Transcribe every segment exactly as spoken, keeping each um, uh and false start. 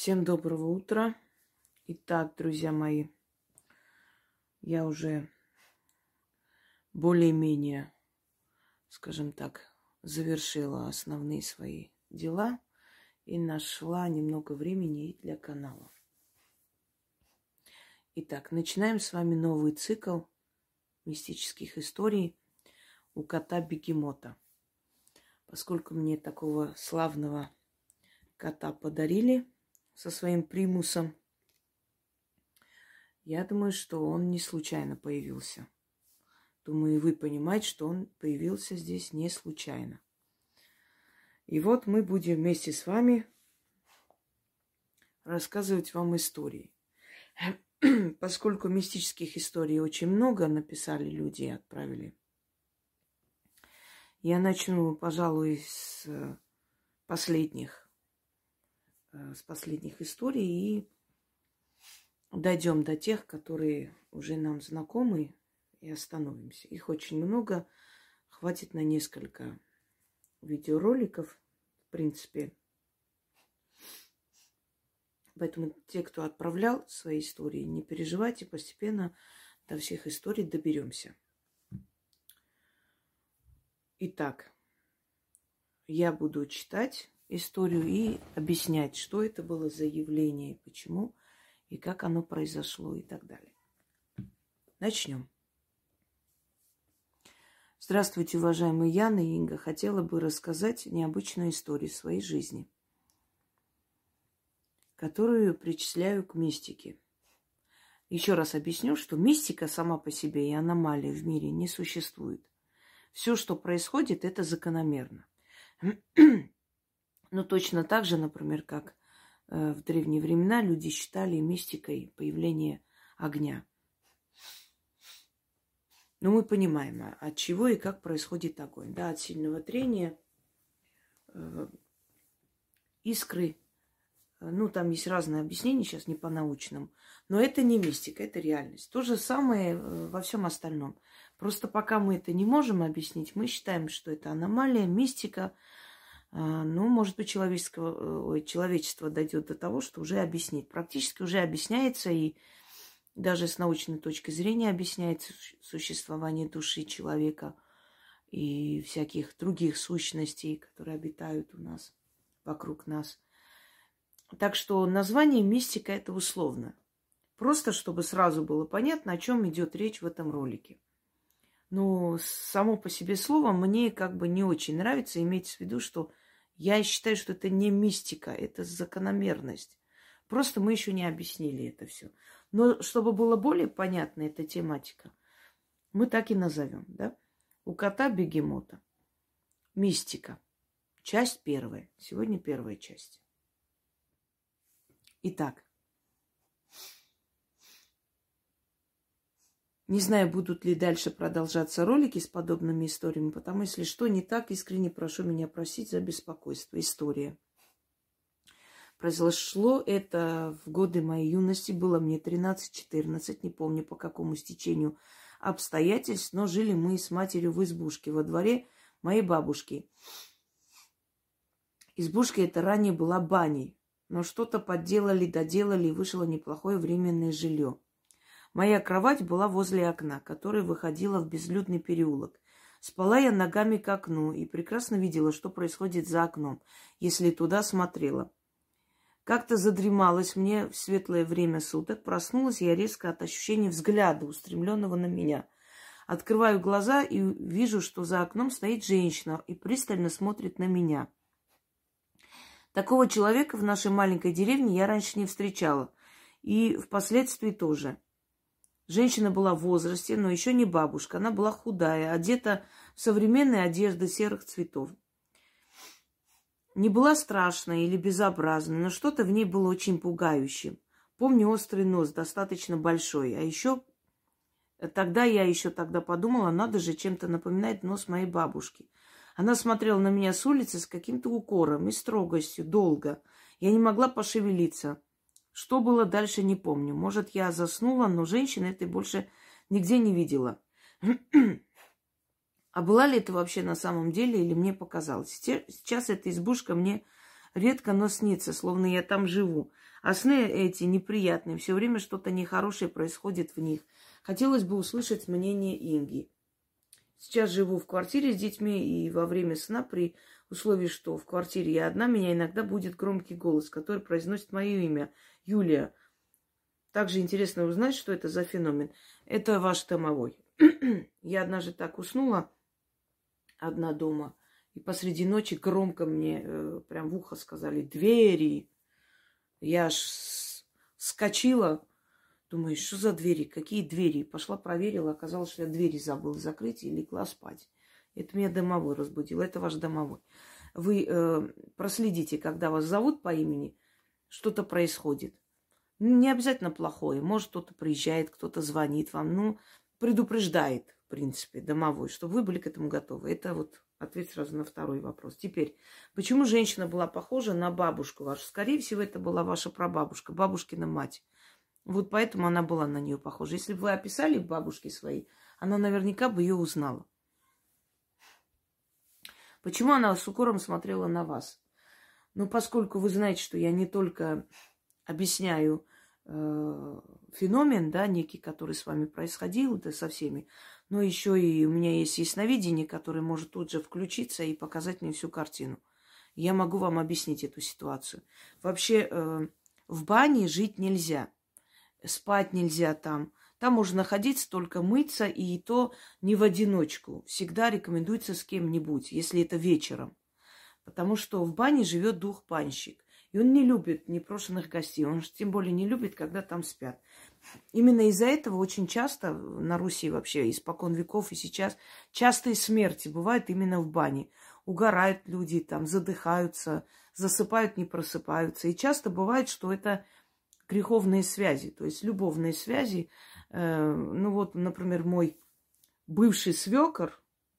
Всем доброго утра. Итак, друзья мои, я уже более-менее, скажем так, завершила основные свои дела и нашла немного времени и для канала. Итак, начинаем с вами новый цикл мистических историй у кота-бегемота. Поскольку мне такого славного кота подарили со своим примусом, я думаю, что он не случайно появился. Думаю, и вы понимаете, что он появился здесь не случайно. И вот мы будем вместе с вами рассказывать вам истории. Поскольку мистических историй очень много написали люди и отправили, я начну, пожалуй, с последних, с последних историй и дойдем до тех, которые уже нам знакомы, и остановимся. Их очень много, хватит на несколько видеороликов, в принципе. Поэтому те, кто отправлял свои истории, не переживайте, постепенно до всех историй доберемся. Итак, я буду читать историю и объяснять, что это было за явление, почему и как оно произошло и так далее. Начнем. Здравствуйте, уважаемые Яна и Инга. Хотела бы рассказать необычную историю своей жизни, которую причисляю к мистике. Еще раз объясню, что мистика сама по себе и аномалии в мире не существует. Все, что происходит, это закономерно. Но точно так же, например, как в древние времена люди считали мистикой появление огня. Но мы понимаем, от чего и как происходит огонь. Да, от сильного трения, искры. Ну, там есть разные объяснения, сейчас не по-научному. Но это не мистика, это реальность. То же самое во всем остальном. Просто пока мы это не можем объяснить, мы считаем, что это аномалия, мистика. Ну, может быть, человеческого, ой, человечество дойдет до того, что уже объяснит. Практически уже объясняется, и даже с научной точки зрения объясняется существование души человека и всяких других сущностей, которые обитают у нас, вокруг нас. Так что название мистика – это условно. Просто, чтобы сразу было понятно, о чем идет речь в этом ролике. Но само по себе слово мне как бы не очень нравится. Имейте в виду, что я считаю, что это не мистика, это закономерность. Просто мы еще не объяснили это все. Но чтобы было более понятна эта тематика, мы так и назовем, да? У кота-бегемота. Мистика. Часть первая. Сегодня первая часть. Итак. Не знаю, будут ли дальше продолжаться ролики с подобными историями, потому если что не так, искренне прошу меня просить за беспокойство. История. Произошло это в годы моей юности, было мне тринадцать-четырнадцать, не помню по какому стечению обстоятельств, но жили мы с матерью в избушке во дворе моей бабушки. Избушка эта ранее была баней, но что-то подделали, доделали, и вышло неплохое временное жилье. Моя кровать была возле окна, которое выходило в безлюдный переулок. Спала я ногами к окну и прекрасно видела, что происходит за окном, если туда смотрела. Как-то задремалась мне в светлое время суток, проснулась я резко от ощущения взгляда, устремленного на меня. Открываю глаза и вижу, что за окном стоит женщина и пристально смотрит на меня. Такого человека в нашей маленькой деревне я раньше не встречала, и впоследствии тоже. Женщина была в возрасте, но еще не бабушка. Она была худая, одета в современные одежды серых цветов. Не была страшной или безобразной, но что-то в ней было очень пугающим. Помню острый нос, достаточно большой. А еще тогда я еще тогда подумала, надо же, чем-то напоминает нос моей бабушки. Она смотрела на меня с улицы с каким-то укором и строгостью, долго. Я не могла пошевелиться. Что было дальше, не помню. Может, я заснула, но женщины этой больше нигде не видела. А была ли это вообще на самом деле или мне показалось? Сейчас эта избушка мне редко, но снится, словно я там живу. А сны эти неприятные, все время что-то нехорошее происходит в них. Хотелось бы услышать мнение Инги. Сейчас живу в квартире с детьми, и во время сна, при условии, что в квартире я одна, меня иногда будет громкий голос, который произносит мое имя, Юлия. Также интересно узнать, что это за феномен. Это ваш домовой. Я однажды так уснула, одна дома, и посреди ночи громко мне э, прям в ухо сказали «двери». Я аж вскочила, думаю, что за двери, какие двери? Пошла проверила, оказалось, что я двери забыла закрыть и легла спать. Это меня домовой разбудил, это ваш домовой. Вы э, проследите, когда вас зовут по имени, что-то происходит. Не обязательно плохое, может, кто-то приезжает, кто-то звонит вам, ну, предупреждает, в принципе, домовой, чтобы вы были к этому готовы. Это вот ответ сразу на второй вопрос. Теперь, почему женщина была похожа на бабушку вашу? Скорее всего, это была ваша прабабушка, бабушкина мать. Вот поэтому она была на нее похожа. Если бы вы описали бабушки свои, она наверняка бы ее узнала. Почему она с укором смотрела на вас? Ну, поскольку вы знаете, что я не только объясняю э, феномен, да, некий, который с вами происходил, да, со всеми, но еще и у меня есть ясновидение, которое может тут же включиться и показать мне всю картину. Я могу вам объяснить эту ситуацию. Вообще э, в бане жить нельзя. Спать нельзя там. Там можно находиться, только мыться, и то не в одиночку. Всегда рекомендуется с кем-нибудь, если это вечером. Потому что в бане живет дух-банщик. И он не любит непрошенных гостей. Он тем более не любит, когда там спят. Именно из-за этого очень часто на Руси вообще, испокон веков и сейчас, частые смерти бывают именно в бане. Угорают люди, там, задыхаются, засыпают, не просыпаются. И часто бывает, что это греховные связи, то есть любовные связи. Э, ну вот, например, мой бывший свекор,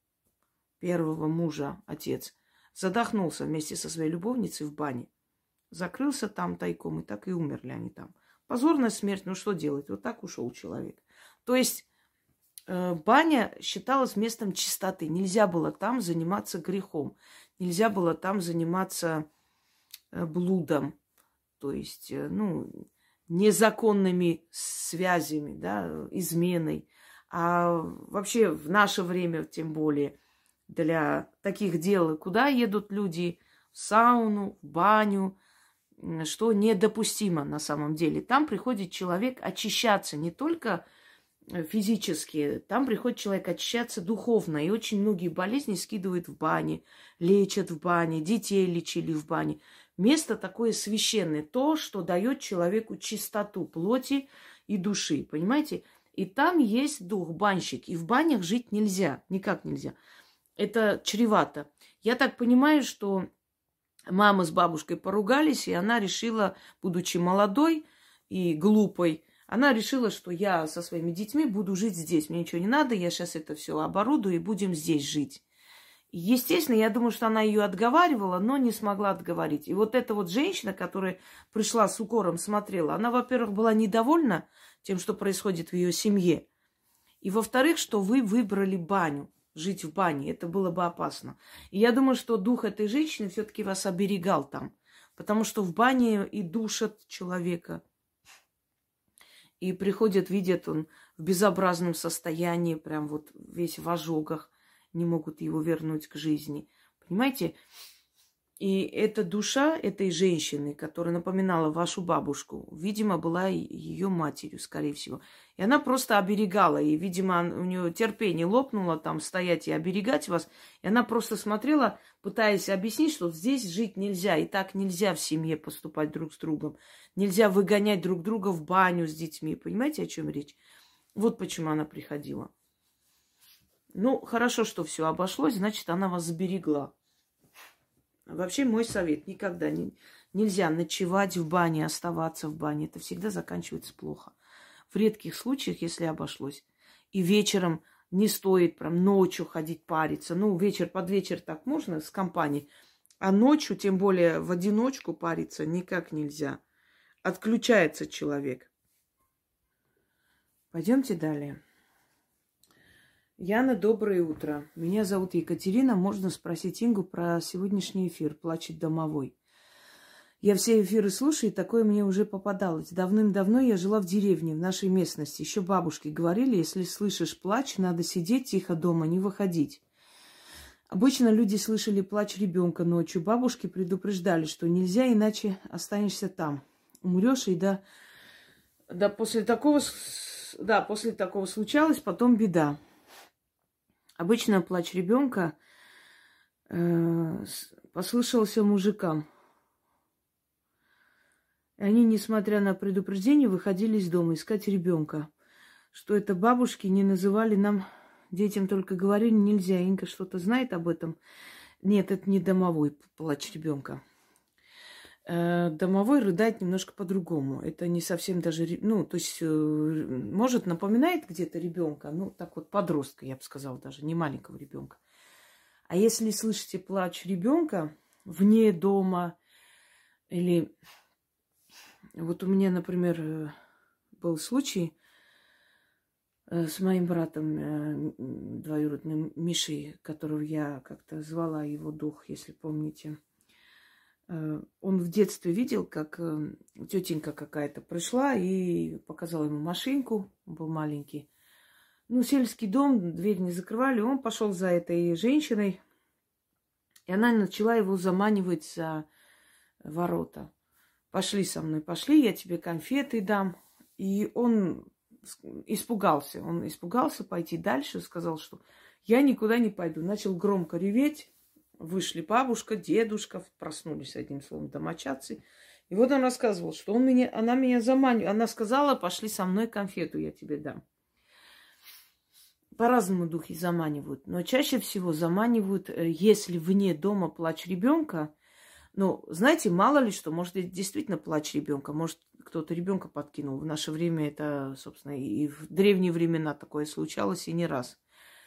первого мужа, отец, задохнулся вместе со своей любовницей в бане. Закрылся там тайком, и так и умерли они там. Позорная смерть, ну что делать? Вот так ушел человек. То есть э, баня считалась местом чистоты. Нельзя было там заниматься грехом. Нельзя было там заниматься э, блудом. То есть, э, ну, незаконными связями, да, изменой. А вообще в наше время, тем более, для таких дел, куда едут люди? В сауну, в баню, что недопустимо на самом деле. Там приходит человек очищаться не только физически, там приходит человек очищаться духовно. И очень многие болезни скидывают в бане, лечат в бане, детей лечили в бане. Место такое священное, то, что дает человеку чистоту плоти и души, понимаете? И там есть дух-банщик, и в банях жить нельзя, никак нельзя. Это чревато. Я так понимаю, что мама с бабушкой поругались, и она решила, будучи молодой и глупой, она решила, что я со своими детьми буду жить здесь. Мне ничего не надо, я сейчас это все оборудую и будем здесь жить. Естественно, я думаю, что она ее отговаривала, но не смогла отговорить. И вот эта вот женщина, которая пришла с укором, смотрела, она, во-первых, была недовольна тем, что происходит в ее семье. И, во-вторых, что вы выбрали баню, жить в бане. Это было бы опасно. И я думаю, что дух этой женщины все-таки вас оберегал там. Потому что в бане и душат человека. И приходят, видят он в безобразном состоянии, прям вот весь в ожогах. Не могут его вернуть к жизни. Понимаете? И эта душа этой женщины, которая напоминала вашу бабушку, видимо, была ее матерью, скорее всего. И она просто оберегала. И, видимо, у нее терпение лопнуло там стоять и оберегать вас. И она просто смотрела, пытаясь объяснить, что здесь жить нельзя. И так нельзя в семье поступать друг с другом. Нельзя выгонять друг друга в баню с детьми. Понимаете, о чем речь? Вот почему она приходила. Ну, хорошо, что все обошлось, значит, она вас сберегла. Вообще, мой совет: никогда не, нельзя ночевать в бане, оставаться в бане. Это всегда заканчивается плохо. В редких случаях, если обошлось. И вечером не стоит прям ночью ходить париться. Ну, вечер под вечер так можно с компанией. А ночью, тем более в одиночку париться, никак нельзя. Отключается человек. Пойдемте далее. Яна, доброе утро. Меня зовут Екатерина. Можно спросить Ингу про сегодняшний эфир «Плачет домовой». Я все эфиры слушаю, и такое мне уже попадалось. Давным-давно я жила в деревне, в нашей местности. Еще бабушки говорили, если слышишь плач, надо сидеть тихо дома, не выходить. Обычно люди слышали плач ребенка ночью. Бабушки предупреждали, что нельзя, иначе останешься там. Умрешь, и да, да после такого, да, после такого случалось, потом беда. Обычно плач ребенка э, послышался мужикам. И они, несмотря на предупреждение, выходили из дома искать ребенка. Что это бабушки не называли нам, детям только говорили, нельзя. Инка что-то знает об этом? Нет, это не домовой плач ребенка. Домовой рыдает немножко по-другому. Это не совсем даже, ну, то есть, может, напоминает где-то ребенка, ну, так вот, подростка, я бы сказала, даже не маленького ребенка. А если слышите плач ребенка вне дома, или вот у меня, например, был случай с моим братом двоюродным Мишей, которого я как-то звала его дух, если помните. Он в детстве видел, как тетенька какая-то пришла и показала ему машинку, он был маленький. Ну, сельский дом, дверь не закрывали, он пошел за этой женщиной, и она начала его заманивать за ворота. Пошли со мной, пошли, я тебе конфеты дам. И он испугался, он испугался пойти дальше, сказал, что я никуда не пойду. Начал громко реветь. Вышли бабушка, дедушка, проснулись, одним словом, домочадцы. И вот он рассказывал, что он меня, она меня заманивает. Она сказала, пошли со мной, конфету я тебе дам. По-разному духи заманивают. Но чаще всего заманивают, если вне дома плач ребенка. Ну, знаете, мало ли что, может, это действительно плач ребенка. Может, кто-то ребенка подкинул. В наше время это, собственно, и в древние времена такое случалось, и не раз.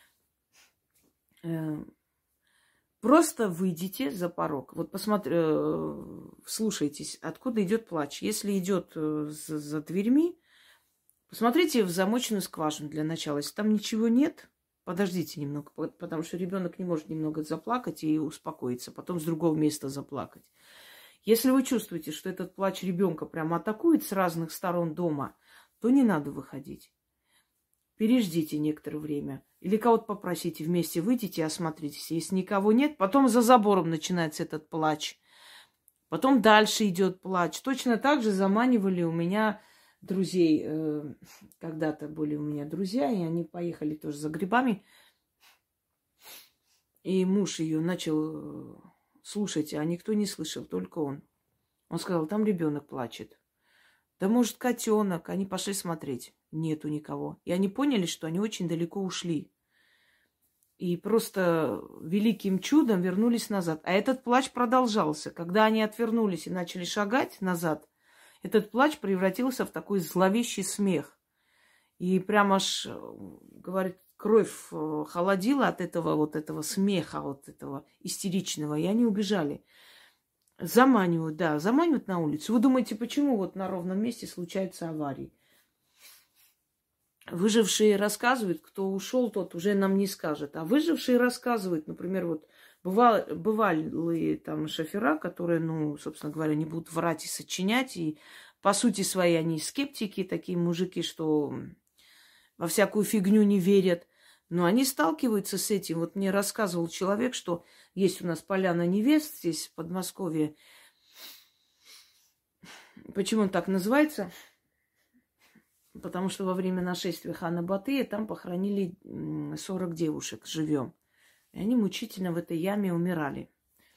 Просто выйдите за порог. Вот посмотрите, вслушайтесь, откуда идет плач. Если идет за, за дверьми, посмотрите в замоченную скважину для начала. Если там ничего нет, подождите немного, потому что ребенок не может немного заплакать и успокоиться, потом с другого места заплакать. Если вы чувствуете, что этот плач ребенка прямо атакует с разных сторон дома, то не надо выходить. Переждите некоторое время. Или кого-то попросите, вместе выйдите и осмотритесь. Если никого нет, потом за забором начинается этот плач. Потом дальше идет плач. Точно так же заманивали у меня друзей. Когда-то были у меня друзья, и они поехали тоже за грибами. И муж ее начал слушать, а никто не слышал, только он. Он сказал, там ребенок плачет. Да может, котенок. Они пошли смотреть. Нету никого. И они поняли, что они очень далеко ушли. И просто великим чудом вернулись назад. А этот плач продолжался. Когда они отвернулись и начали шагать назад, этот плач превратился в такой зловещий смех. И прямо аж, говорит, кровь холодила от этого вот этого смеха, вот этого истеричного. И они убежали. Заманивают, да, заманивают на улицу. Вы думаете, почему вот на ровном месте случаются аварии? Выжившие рассказывают, кто ушел, тот уже нам не скажет. А выжившие рассказывают, например, вот бывали, бывали там шофера, которые, ну, собственно говоря, не будут врать и сочинять. И по сути своей они скептики, такие мужики, что во всякую фигню не верят. Но они сталкиваются с этим. Вот мне рассказывал человек, что есть у нас поляна невест здесь, в Подмосковье. Почему он так называется? Потому что во время нашествия хана Батыя там похоронили сорок девушек живем. И они мучительно в этой яме умирали.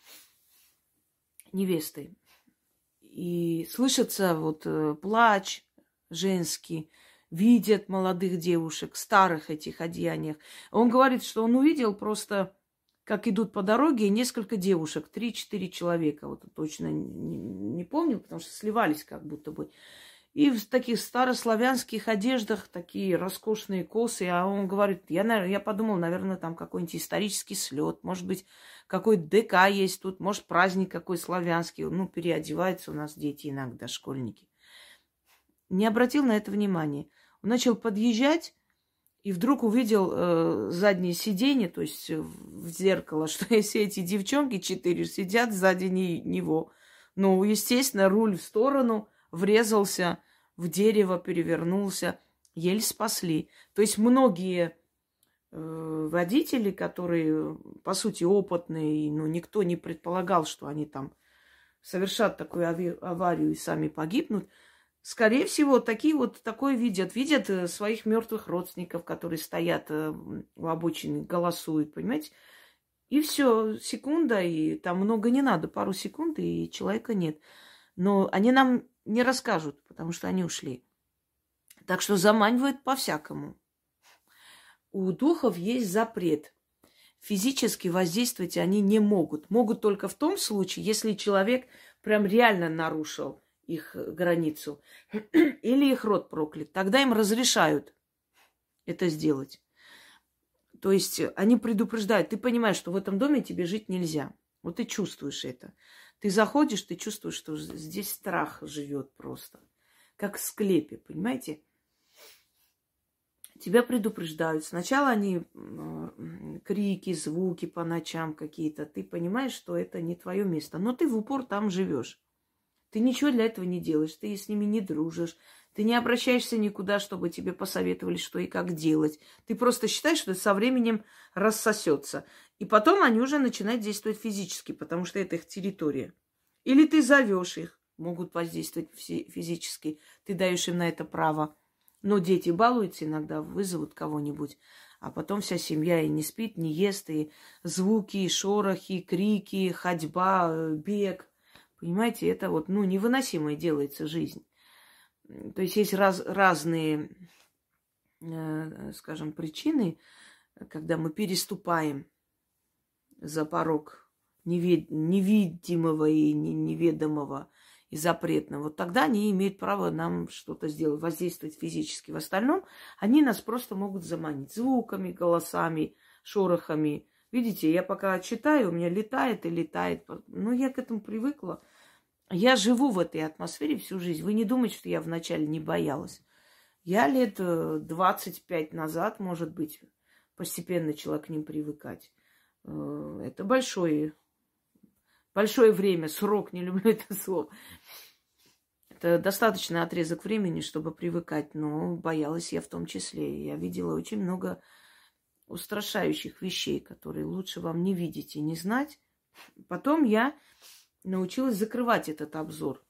Невесты. И слышится вот плач женский. Видят молодых девушек, старых этих одеяниях. Он говорит, что он увидел просто, как идут по дороге, несколько девушек, три-четыре человека. Вот точно не, не помню, потому что сливались как будто бы. И в таких старославянских одеждах такие роскошные косы. А он говорит, я, я подумал, наверное, там какой-нибудь исторический слет, может быть, какой-то ДК есть тут, может, праздник какой славянский. Ну, переодеваются у нас дети иногда, школьники. Не обратил на это внимания. Он начал подъезжать и вдруг увидел э, заднее сиденье, то есть в зеркало, что все эти девчонки четыре сидят сзади не, него. Ну, естественно, руль в сторону, врезался в дерево, перевернулся, еле спасли. То есть многие э, водители, которые, по сути, опытные, ну, никто не предполагал, что они там совершат такую ави- аварию и сами погибнут, скорее всего, такие вот такое видят. Видят э, своих мертвых родственников, которые стоят э, у обочины, голосуют, понимаете? И все, секунда, и там много не надо, пару секунд, и человека нет. Но они нам не расскажут, потому что они ушли. Так что заманивают по-всякому. У духов есть запрет. Физически воздействовать они не могут. Могут только в том случае, если человек прям реально нарушил их границу или их род проклят. Тогда им разрешают это сделать. То есть они предупреждают. Ты понимаешь, что в этом доме тебе жить нельзя. Вот ты чувствуешь это. Ты заходишь, ты чувствуешь, что здесь страх живет просто. Как в склепе, понимаете? Тебя предупреждают. Сначала они э, крики, звуки по ночам какие-то. Ты понимаешь, что это не твое место. Но ты в упор там живешь. Ты ничего для этого не делаешь. Ты с ними не дружишь. Ты не обращаешься никуда, чтобы тебе посоветовали, что и как делать. Ты просто считаешь, что это со временем рассосется. И потом они уже начинают действовать физически, потому что это их территория. Или ты зовешь их, могут воздействовать физически. Ты даешь им на это право. Но дети балуются иногда, вызовут кого-нибудь. А потом вся семья и не спит, не ест, и звуки, и шорохи, крики, ходьба, бег. Понимаете, это вот, ну, невыносимой делается жизнь. То есть есть раз, разные, э, скажем, причины, когда мы переступаем за порог невид- невидимого и неведомого и запретного. Вот тогда они имеют право нам что-то сделать, воздействовать физически. В остальном они нас просто могут заманить звуками, голосами, шорохами. Видите, я пока читаю, у меня летает и летает. Ну, я к этому привыкла. Я живу в этой атмосфере всю жизнь. Вы не думаете, что я вначале не боялась. Я лет двадцать пять назад, может быть, постепенно начала к ним привыкать. Это большое, большое время, срок, не люблю это слово. Это достаточный отрезок времени, чтобы привыкать, но боялась я в том числе. Я видела очень много устрашающих вещей, которые лучше вам не видеть и не знать. Потом я научилась закрывать этот обзор.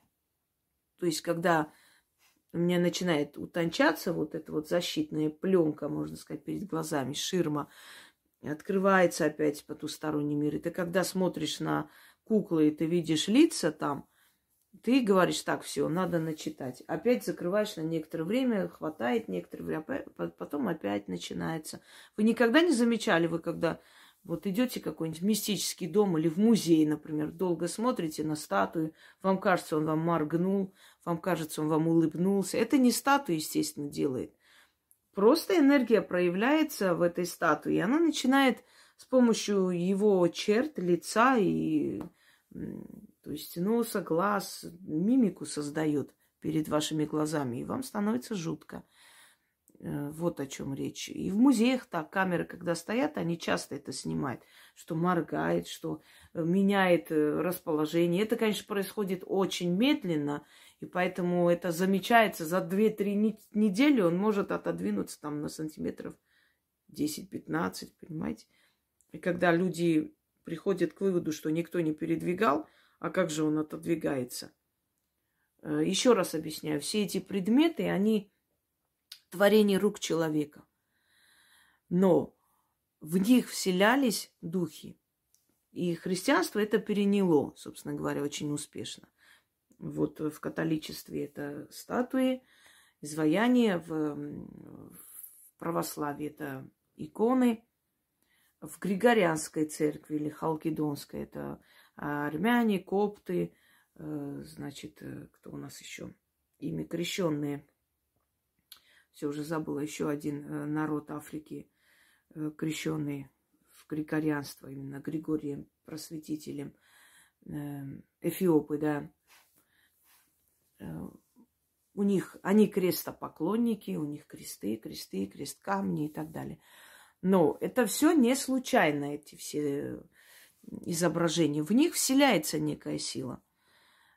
То есть, когда у меня начинает утончаться вот эта вот защитная пленка, можно сказать, перед глазами, ширма, открывается опять потусторонний мир. И ты когда смотришь на куклы, и ты видишь лица там, ты говоришь, так, все, надо начитать. Опять закрываешь на некоторое время, хватает некоторое время, потом опять начинается. Вы никогда не замечали, вы когда вот идете в какой-нибудь мистический дом или в музей, например, долго смотрите на статую, вам кажется, он вам моргнул, вам кажется, он вам улыбнулся. Это не статуя, естественно, делает. Просто энергия проявляется в этой статуе, и она начинает с помощью его черт, лица и, то есть, носа, глаз, мимику создает перед вашими глазами, и вам становится жутко. Вот о чем речь. И в музеях так, камеры, когда стоят, они часто это снимают, что моргает, что меняет расположение. Это, конечно, происходит очень медленно, и поэтому это замечается за две-три недели, он может отодвинуться там на сантиметров десять-пятнадцать, понимаете? И когда люди приходят к выводу, что никто не передвигал, а как же он отодвигается? Еще раз объясняю, все эти предметы, они творение рук человека. Но в них вселялись духи. И христианство это переняло, собственно говоря, очень успешно. Вот в католичестве это статуи, изваяния, в, в православии это иконы, в Григорианской церкви или Халкидонской это армяне, копты, значит, кто у нас еще? Ими крещенные. Все, уже забыла, еще один народ Африки, крещенный в григорианство, именно Григорием Просветителем. Эфиопы, да. У них, они крестопоклонники, у них кресты, кресты, крест-камни и так далее. Но это все не случайно, эти все изображения. В них вселяется некая сила.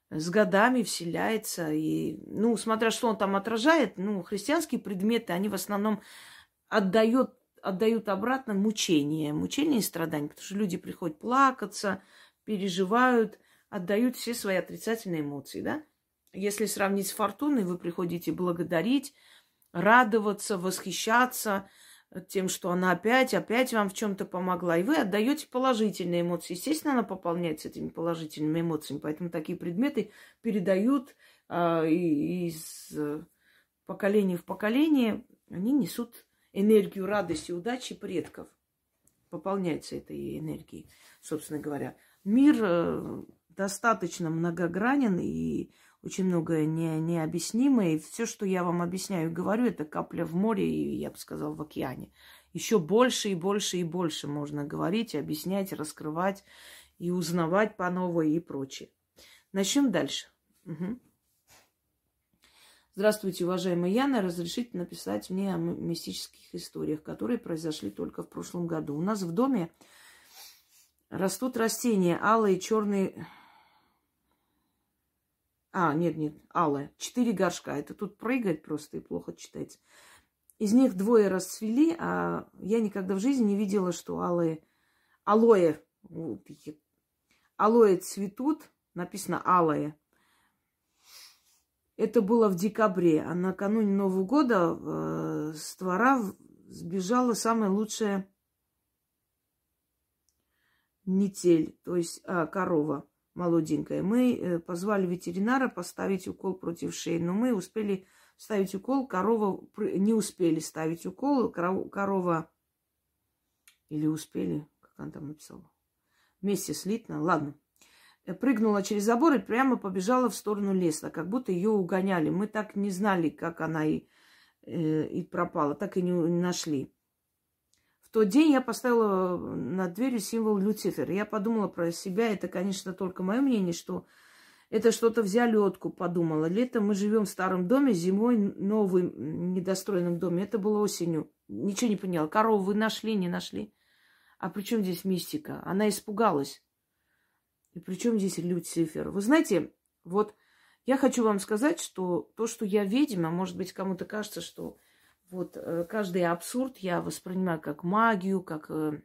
с годами вселяется. И, ну, смотря что он там отражает, ну, христианские предметы, они в основном отдают, отдают обратно мучение. Мучение и страдания. Потому что люди приходят плакаться, переживают, отдают все свои отрицательные эмоции, да? Если сравнить с фортуной, вы приходите благодарить, радоваться, восхищаться тем, что она опять, опять вам в чем-то помогла. И вы отдаете положительные эмоции. Естественно, она пополняется этими положительными эмоциями. Поэтому такие предметы передают э, из поколения в поколение. Они несут энергию радости, удачи предков. Пополняется этой энергией, собственно говоря. Мир э, достаточно многогранен и очень многое не, необъяснимое. И все, что я вам объясняю и говорю, это капля в море, и, я бы сказала, в океане. Еще больше и больше и больше можно говорить, объяснять, раскрывать и узнавать по новой и прочее. Начнем дальше. Угу. Здравствуйте, уважаемая Яна. Разрешите написать мне о мистических историях, которые произошли только в прошлом году. У нас в доме растут растения алые, черные... А, нет, нет, алая. Четыре горшка. Это тут прыгать просто и плохо читается. Из них двое расцвели, а я никогда в жизни не видела, что алые... Алоэ. Вот, алоэ цветут. Написано алое. Это было в декабре. А накануне Нового года э, с двора сбежала самая лучшая нетель, то есть а, корова. Молоденькая. Мы позвали ветеринара поставить укол против шеи, но мы успели ставить укол, корова не успели ставить укол, корова или успели, как она там написала, вместе слитно, ладно, прыгнула через забор и прямо побежала в сторону леса, как будто ее угоняли. Мы так не знали, как она и, и пропала, так и не нашли. В тот день я поставила над дверью символ Люцифер. Я подумала про себя, это, конечно, только мое мнение, что это что-то взяли откуп, подумала. Летом мы живем в старом доме, зимой новым недостроенном доме. Это было осенью. Ничего не поняла. Корову вы нашли, не нашли? А при чем здесь мистика? Она испугалась. И при чем здесь Люцифер? Вы знаете, вот я хочу вам сказать, что то, что я ведьма, может быть, кому-то кажется, что... Вот каждый абсурд я воспринимаю как магию, как э,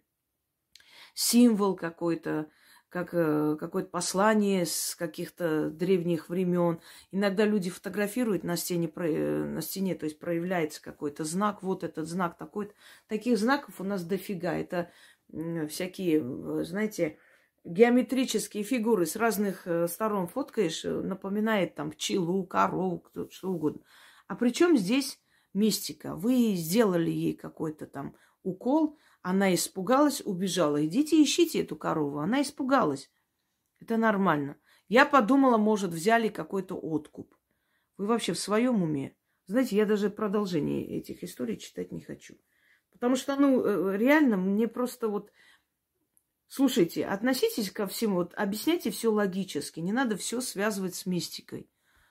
символ какой-то, как э, какое-то послание с каких-то древних времен. Иногда люди фотографируют на стене, э, на стене, то есть проявляется какой-то знак, вот этот знак такой-то. Таких знаков у нас дофига. Это э, всякие, знаете, геометрические фигуры с разных э, сторон фоткаешь, напоминает там пчелу, корову, кто, что угодно. А при чем здесь мистика? Вы сделали ей какой-то там укол, она испугалась, убежала. Идите ищите эту корову. Она испугалась. Это нормально. Я подумала, может, взяли какой-то откуп. Вы вообще в своем уме? Знаете, я даже продолжение этих историй читать не хочу. Потому что, ну, реально, мне просто вот... Слушайте, относитесь ко всему, вот объясняйте все логически. Не надо все связывать с мистикой.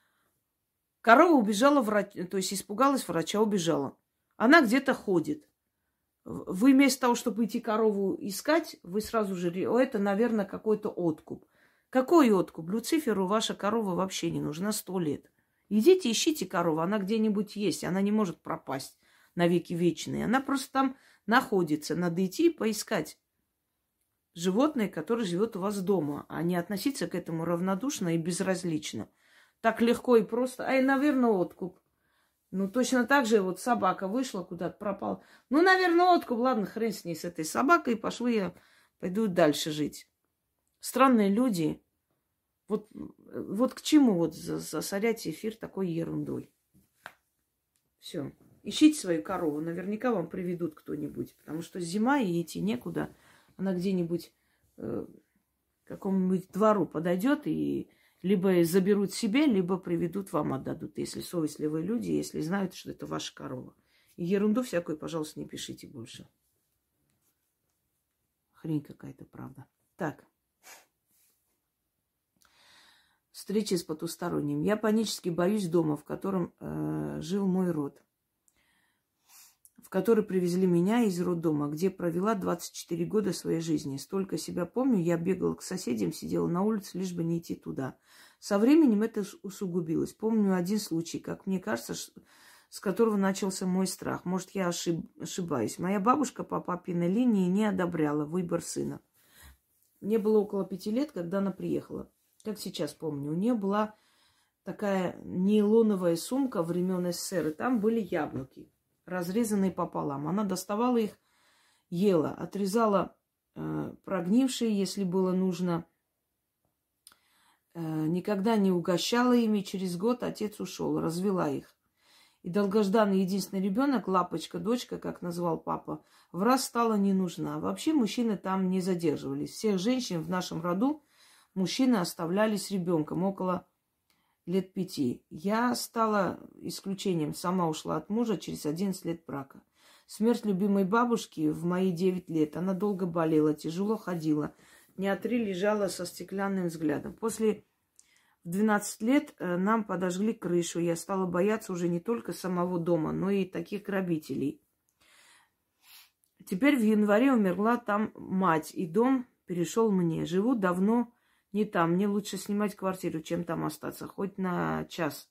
Корова убежала, врач... то есть испугалась врача, убежала. Она где-то ходит. Вы вместо того, чтобы идти корову искать, вы сразу же... О, это, наверное, какой-то откуп. Какой откуп? Люциферу ваша корова вообще не нужна сто лет. Идите, ищите корову, она где-нибудь есть. Она не может пропасть навеки вечные. Она просто там находится. Надо идти и поискать животное, которое живет у вас дома, а не относиться к этому равнодушно и безразлично. Так легко и просто. Ай, наверное, откуп. Ну, точно так же вот собака вышла куда-то, пропала. Ну, наверное, откуп. Ладно, хрен с ней, с этой собакой. Пошло я, пойду дальше жить. Странные люди. Вот, вот к чему вот засорять эфир такой ерундой? Все. Ищите свою корову. Наверняка вам приведут кто-нибудь. Потому что зима, и идти некуда. Она где-нибудь э, к какому-нибудь двору подойдет и... Либо заберут себе, либо приведут вам, отдадут. Если совестливые люди, если знают, что это ваша корова. И ерунду всякую, пожалуйста, не пишите больше. Хрень какая-то, правда. Так. Встреча с потусторонним. Я панически боюсь дома, в котором э, жил мой род. В который привезли меня из роддома, где провела двадцать четыре года своей жизни. Столько себя помню, я бегала к соседям, сидела на улице, лишь бы не идти туда. Со временем это усугубилось. Помню один случай, как мне кажется, с которого начался мой страх. Может, я ошиб... ошибаюсь. Моя бабушка по папиной линии не одобряла выбор сына. Мне было около пяти лет, когда она приехала. Как сейчас помню, у нее была такая нейлоновая сумка времен СССР, и там были яблоки, разрезанные пополам. Она доставала их, ела, отрезала э, прогнившие, если было нужно. Э, никогда не угощала ими. Через год отец ушел, развела их. И долгожданный единственный ребенок, лапочка, дочка, как назвал папа, в раз стала не нужна. Вообще мужчины там не задерживались. Всех женщин в нашем роду мужчины оставляли с ребенком около лет пяти. Я стала исключением. Сама ушла от мужа через одиннадцать лет брака. Смерть любимой бабушки в мои девять лет. Она долго болела, тяжело ходила. Дня три лежала со стеклянным взглядом. После двенадцати лет нам подожгли крышу. Я стала бояться уже не только самого дома, но и таких грабителей. Теперь в январе умерла там мать, и дом перешел мне. Живу давно не там. Мне лучше снимать квартиру, чем там остаться, хоть на час.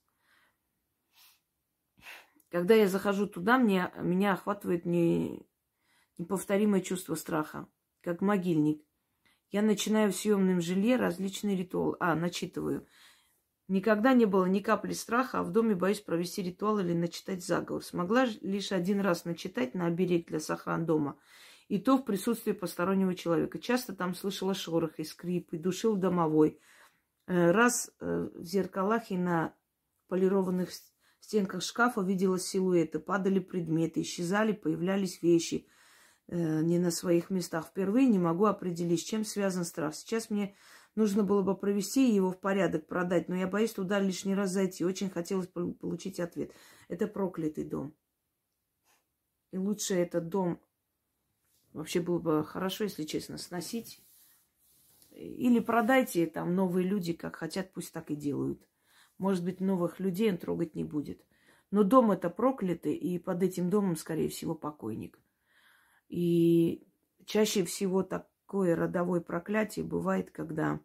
Когда я захожу туда, мне, меня охватывает не, неповторимое чувство страха, как могильник. Я начинаю в съемном жилье различные ритуалы. А, начитываю. Никогда не было ни капли страха, а в доме боюсь провести ритуал или начитать заговор. Смогла лишь один раз начитать на оберег для сохран дома. И то в присутствии постороннего человека. Часто там слышала шорох и скрип, и душил домовой. Раз в зеркалах и на полированных стенках шкафа видела силуэты. Падали предметы, исчезали, появлялись вещи не на своих местах. Впервые не могу определить, с чем связан страх. Сейчас мне нужно было бы провести его в порядок, продать, но я боюсь туда лишний раз зайти. Очень хотелось получить ответ. Это проклятый дом. И лучше этот дом вообще было бы хорошо, если честно, сносить. Или продайте, там новые люди как хотят, пусть так и делают. Может быть, новых людей он трогать не будет. Но дом это проклятый, и под этим домом, скорее всего, покойник. И чаще всего такое родовое проклятие бывает, когда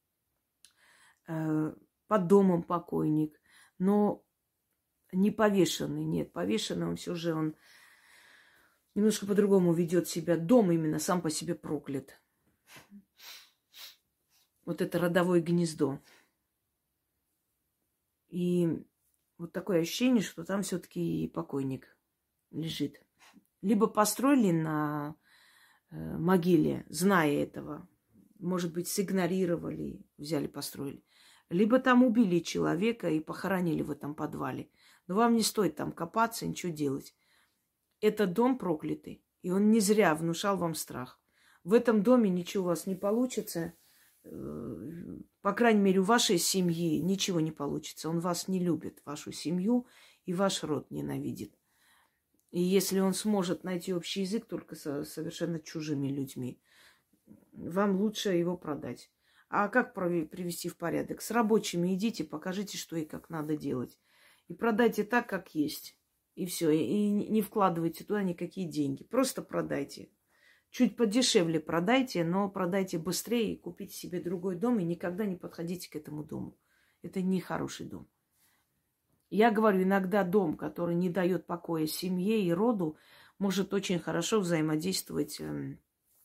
э, под домом покойник, но не повешенный. Нет, повешенный он все же, он немножко по-другому ведет себя. Дом именно сам по себе проклят. Вот это родовое гнездо. И вот такое ощущение, что там все-таки покойник лежит. Либо построили на э, могиле, зная этого. Может быть, сигнорировали, взяли, построили. Либо там убили человека и похоронили в этом подвале. Но вам не стоит там копаться, ничего делать. Это дом проклятый, и он не зря внушал вам страх. В этом доме ничего у вас не получится. По крайней мере, у вашей семьи ничего не получится. Он вас не любит, вашу семью, и ваш род ненавидит. И если он сможет найти общий язык только со совершенно чужими людьми, вам лучше его продать. А как привести в порядок? С рабочими идите, покажите, что и как надо делать. И продайте так, как есть. И все. И не вкладывайте туда никакие деньги. Просто продайте. Чуть подешевле продайте, но продайте быстрее и купите себе другой дом. И никогда не подходите к этому дому. Это не хороший дом. Я говорю, иногда дом, который не дает покоя семье и роду, может очень хорошо взаимодействовать э,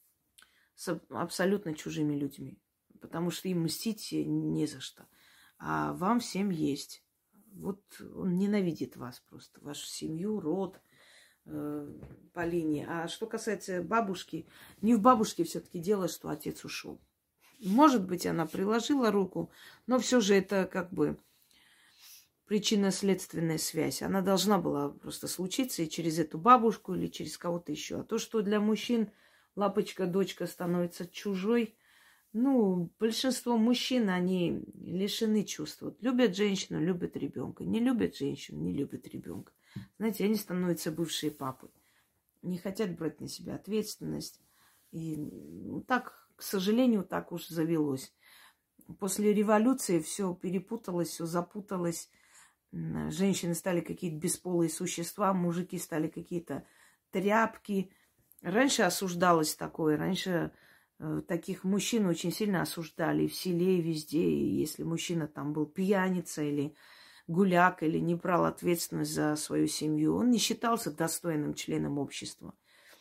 с абсолютно чужими людьми. Потому что им мстить не за что. А вам всем есть. Вот он ненавидит вас просто. Вашу семью, род э, по линии. А что касается бабушки, не в бабушке все-таки дело, что отец ушел. Может быть, она приложила руку, но все же это как бы причинно-следственная связь. Она должна была просто случиться и через эту бабушку или через кого-то еще. А то, что для мужчин лапочка, дочка становится чужой, ну, большинство мужчин, они лишены чувств. Вот любят женщину, любят ребенка. Не любят женщину, не любят ребенка. Знаете, они становятся бывшие папы. Не хотят брать на себя ответственность. И ну, так, к сожалению, так уж завелось. После революции все перепуталось, все запуталось. Женщины стали какие-то бесполые существа, мужики стали какие-то тряпки. Раньше осуждалось такое, раньше таких мужчин очень сильно осуждали и в селе, и везде. И если мужчина там был пьяница или гуляк, или не брал ответственность за свою семью, он не считался достойным членом общества.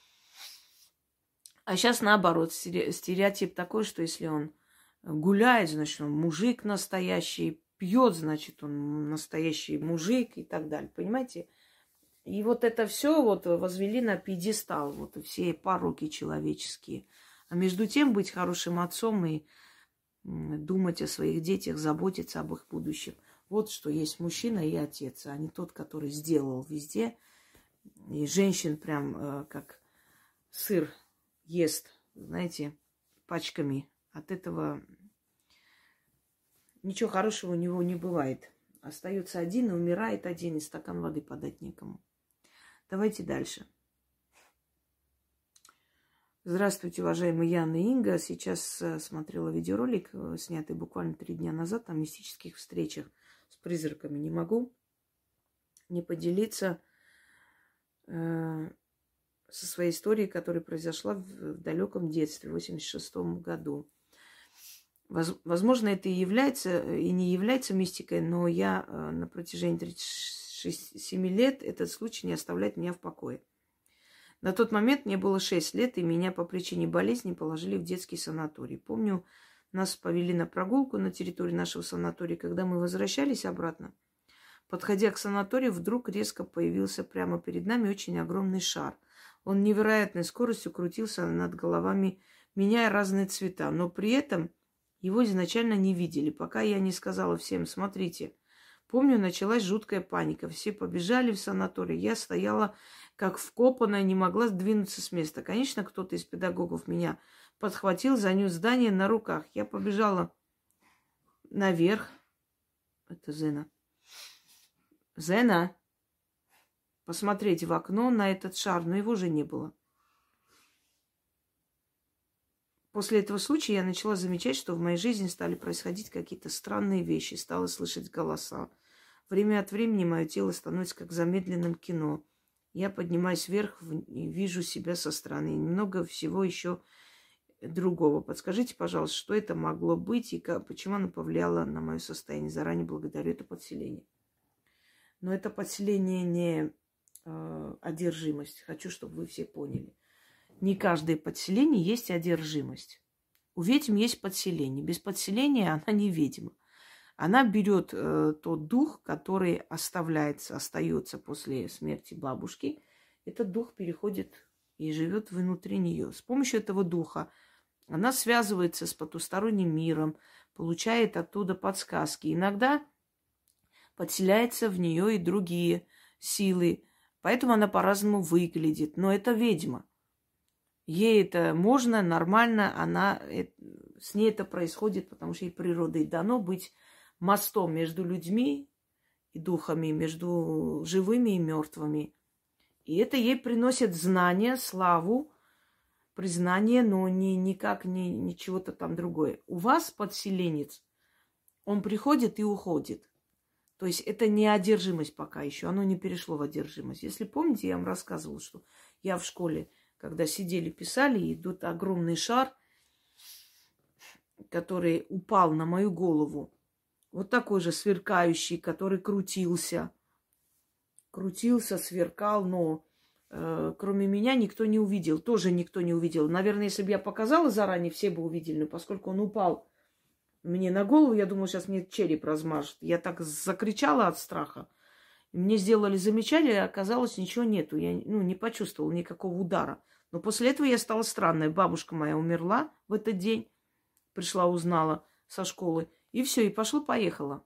А сейчас наоборот, стереотип такой, что если он гуляет, значит, он мужик настоящий, пьет, значит, он настоящий мужик и так далее. Понимаете? И вот это все вот возвели на пьедестал, вот все пороки человеческие. А между тем быть хорошим отцом и думать о своих детях, заботиться об их будущем. Вот что есть мужчина и отец, а не тот, который сделал везде. И женщин прям как сыр ест, знаете, пачками. От этого ничего хорошего у него не бывает. Остается один и умирает один, и стакан воды подать некому. Давайте дальше. Здравствуйте, уважаемые Яна и Инга. Сейчас смотрела видеоролик, снятый буквально три дня назад, о мистических встречах с призраками. Не могу не поделиться э, со своей историей, которая произошла в, в далеком детстве, в восемьдесят шестом году. Воз, возможно, это и является, и не является мистикой, но я э, на протяжении тридцати семи лет этот случай не оставляет меня в покое. На тот момент мне было шесть лет, и меня по причине болезни положили в детский санаторий. Помню, нас повели на прогулку на территории нашего санатория. Когда мы возвращались обратно, подходя к санаторию, вдруг резко появился прямо перед нами очень огромный шар. Он невероятной скоростью крутился над головами, меняя разные цвета, но при этом его изначально не видели, пока я не сказала всем: смотрите. Помню, началась жуткая паника. Все побежали в санаторий. Я стояла как вкопанная, не могла сдвинуться с места. Конечно, кто-то из педагогов меня подхватил, занес здание на руках. Я побежала наверх. Это Зена. Зена. Посмотреть в окно на этот шар, но его же не было. После этого случая я начала замечать, что в моей жизни стали происходить какие-то странные вещи. Стала слышать голоса. Время от времени мое тело становится как в замедленном кино. Я поднимаюсь вверх и вижу себя со стороны. Немного всего еще другого. Подскажите, пожалуйста, что это могло быть и как, почему оно повлияло на мое состояние. Заранее благодарю это подселение. Но это подселение не э, одержимость. Хочу, чтобы вы все поняли. Не каждое подселение есть одержимость. У ведьм есть подселение. Без подселения она не ведьма. Она берет э, тот дух, который оставляется, остается после смерти бабушки. Этот дух переходит и живет внутри нее. С помощью этого духа она связывается с потусторонним миром, получает оттуда подсказки. Иногда подселяются в нее и другие силы, поэтому она по-разному выглядит. Но это ведьма. Ей это можно, нормально, она, с ней это происходит, потому что ей природой дано быть мостом между людьми и духами, между живыми и мертвыми. И это ей приносит знания, славу, признание, но не, никак не, не чего-то там другое. У вас подселенец, он приходит и уходит. То есть это не одержимость пока еще, оно не перешло в одержимость. Если помните, я вам рассказывала, что я в школе, когда сидели, писали, идут огромный шар, который упал на мою голову. Вот такой же сверкающий, который крутился. Крутился, сверкал, но э, кроме меня никто не увидел. Тоже никто не увидел. Наверное, если бы я показала заранее, все бы увидели. Но поскольку он упал мне на голову, я думала, сейчас мне череп размажет. Я так закричала от страха. Мне сделали замечание, а оказалось, ничего нету. Я ну, не почувствовала никакого удара. Но после этого я стала странной. Бабушка моя умерла в этот день. Пришла, узнала со школы. И все, и пошло-поехало.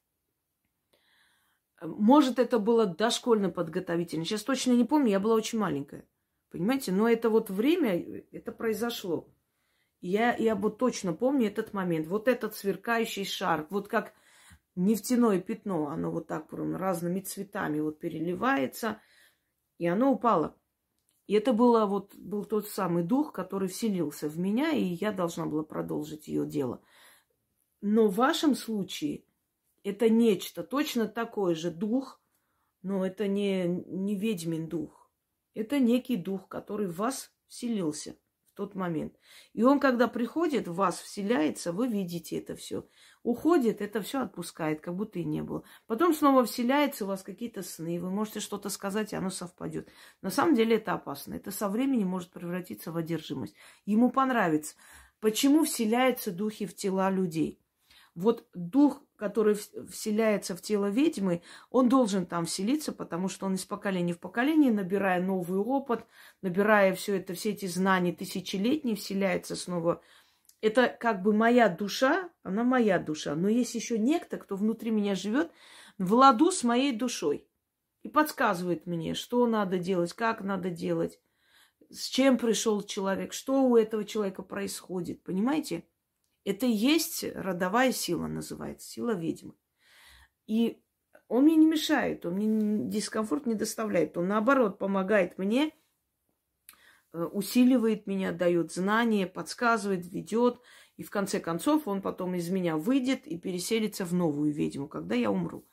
Может, это было дошкольно подготовительно. Сейчас точно не помню, я была очень маленькая. Понимаете? Но это вот время, это произошло. Я, я вот точно помню этот момент. Вот этот сверкающий шар. Вот как нефтяное пятно. Оно вот так прям разными цветами вот переливается. И оно упало. И это было вот, был тот самый дух, который вселился в меня, и я должна была продолжить ее дело. Но в вашем случае это нечто, точно такой же дух, но это не, не ведьмин дух. Это некий дух, который в вас вселился, в тот момент. И он, когда приходит, в вас вселяется, вы видите это все. Уходит, это все отпускает, как будто и не было. Потом снова вселяется, у вас какие-то сны, вы можете что-то сказать, и оно совпадет. На самом деле это опасно. Это со временем может превратиться в одержимость. Ему понравится. Почему вселяются духи в тела людей? Вот дух, который вселяется в тело ведьмы, он должен там вселиться, потому что он из поколения в поколение, набирая новый опыт, набирая все это, все эти знания тысячелетние, вселяется снова. Это как бы моя душа, она моя душа. Но есть еще некто, кто внутри меня живет в ладу с моей душой. И подсказывает мне, что надо делать, как надо делать, с чем пришел человек, что у этого человека происходит. Понимаете? Это и есть родовая сила, называется, сила ведьмы. И он мне не мешает, он мне дискомфорт не доставляет. Он, наоборот, помогает мне, усиливает меня, дает знания, подсказывает, ведет. И в конце концов он потом из меня выйдет и переселится в новую ведьму, когда я умру.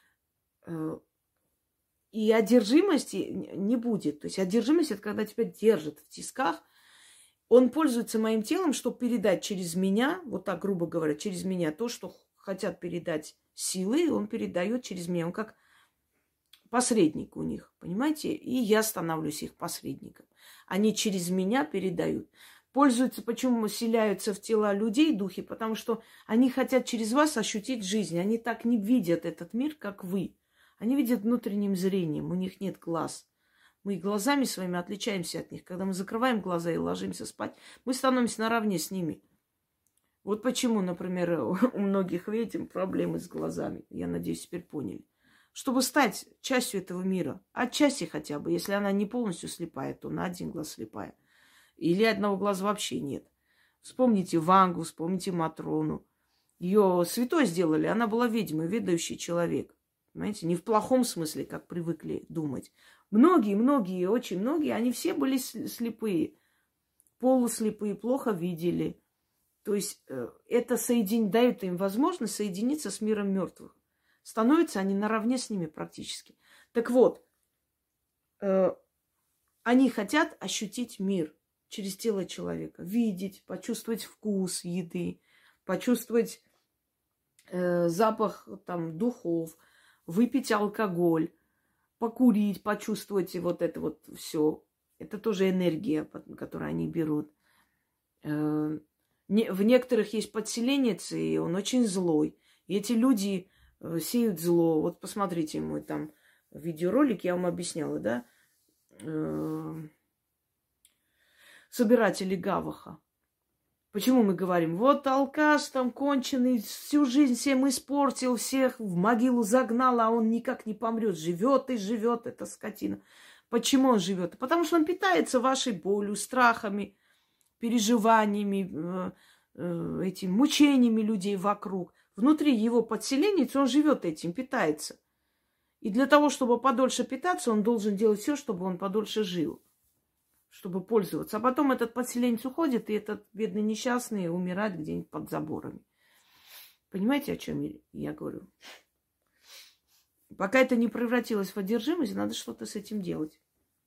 И одержимости не будет. То есть одержимость – это когда тебя держат в тисках. Он пользуется моим телом, чтобы передать через меня, вот так грубо говоря, через меня то, что хотят передать силы, он передает через меня. Он как посредник у них, понимаете? И я становлюсь их посредником. Они через меня передают. Пользуются, почему вселяются в тела людей духи, потому что они хотят через вас ощутить жизнь. Они так не видят этот мир, как вы. Они видят внутренним зрением, у них нет глаз. Мы глазами своими отличаемся от них. Когда мы закрываем глаза и ложимся спать, мы становимся наравне с ними. Вот почему, например, у многих ведьм проблемы с глазами. Я надеюсь, теперь поняли. Чтобы стать частью этого мира, отчасти хотя бы, если она не полностью слепая, то на один глаз слепая. Или одного глаза вообще нет. Вспомните Вангу, вспомните Матрону. Ее святой сделали, она была ведьмой, ведающий человек. Понимаете, не в плохом смысле, как привыкли думать. Многие, многие, очень многие, они все были слепые, полуслепые, плохо видели. То есть э, это соедин... дает им возможность соединиться с миром мертвых. Становятся они наравне с ними практически. Так вот, э, они хотят ощутить мир через тело человека, видеть, почувствовать вкус еды, почувствовать э, запах там, духов, выпить алкоголь, покурить, почувствовать вот это вот все. Это тоже энергия, которую они берут. В некоторых есть подселенец, и он очень злой. И эти люди сеют зло. Вот посмотрите мой там видеоролик, я вам объясняла, да? Собиратели Гаваха. Почему мы говорим, вот алкаш там конченый, всю жизнь всем испортил, всех в могилу загнал, а он никак не помрет, живет и живет, эта скотина. Почему он живет? Потому что он питается вашей болью, страхами, переживаниями, этими мучениями людей вокруг. Внутри его подселенец, он живет этим, питается. И для того, чтобы подольше питаться, он должен делать все, чтобы он подольше жил. Чтобы пользоваться. А потом этот подселенец уходит, и этот бедный несчастный умирает где-нибудь под заборами. Понимаете, о чем я говорю? Пока это не превратилось в одержимость, надо что-то с этим делать.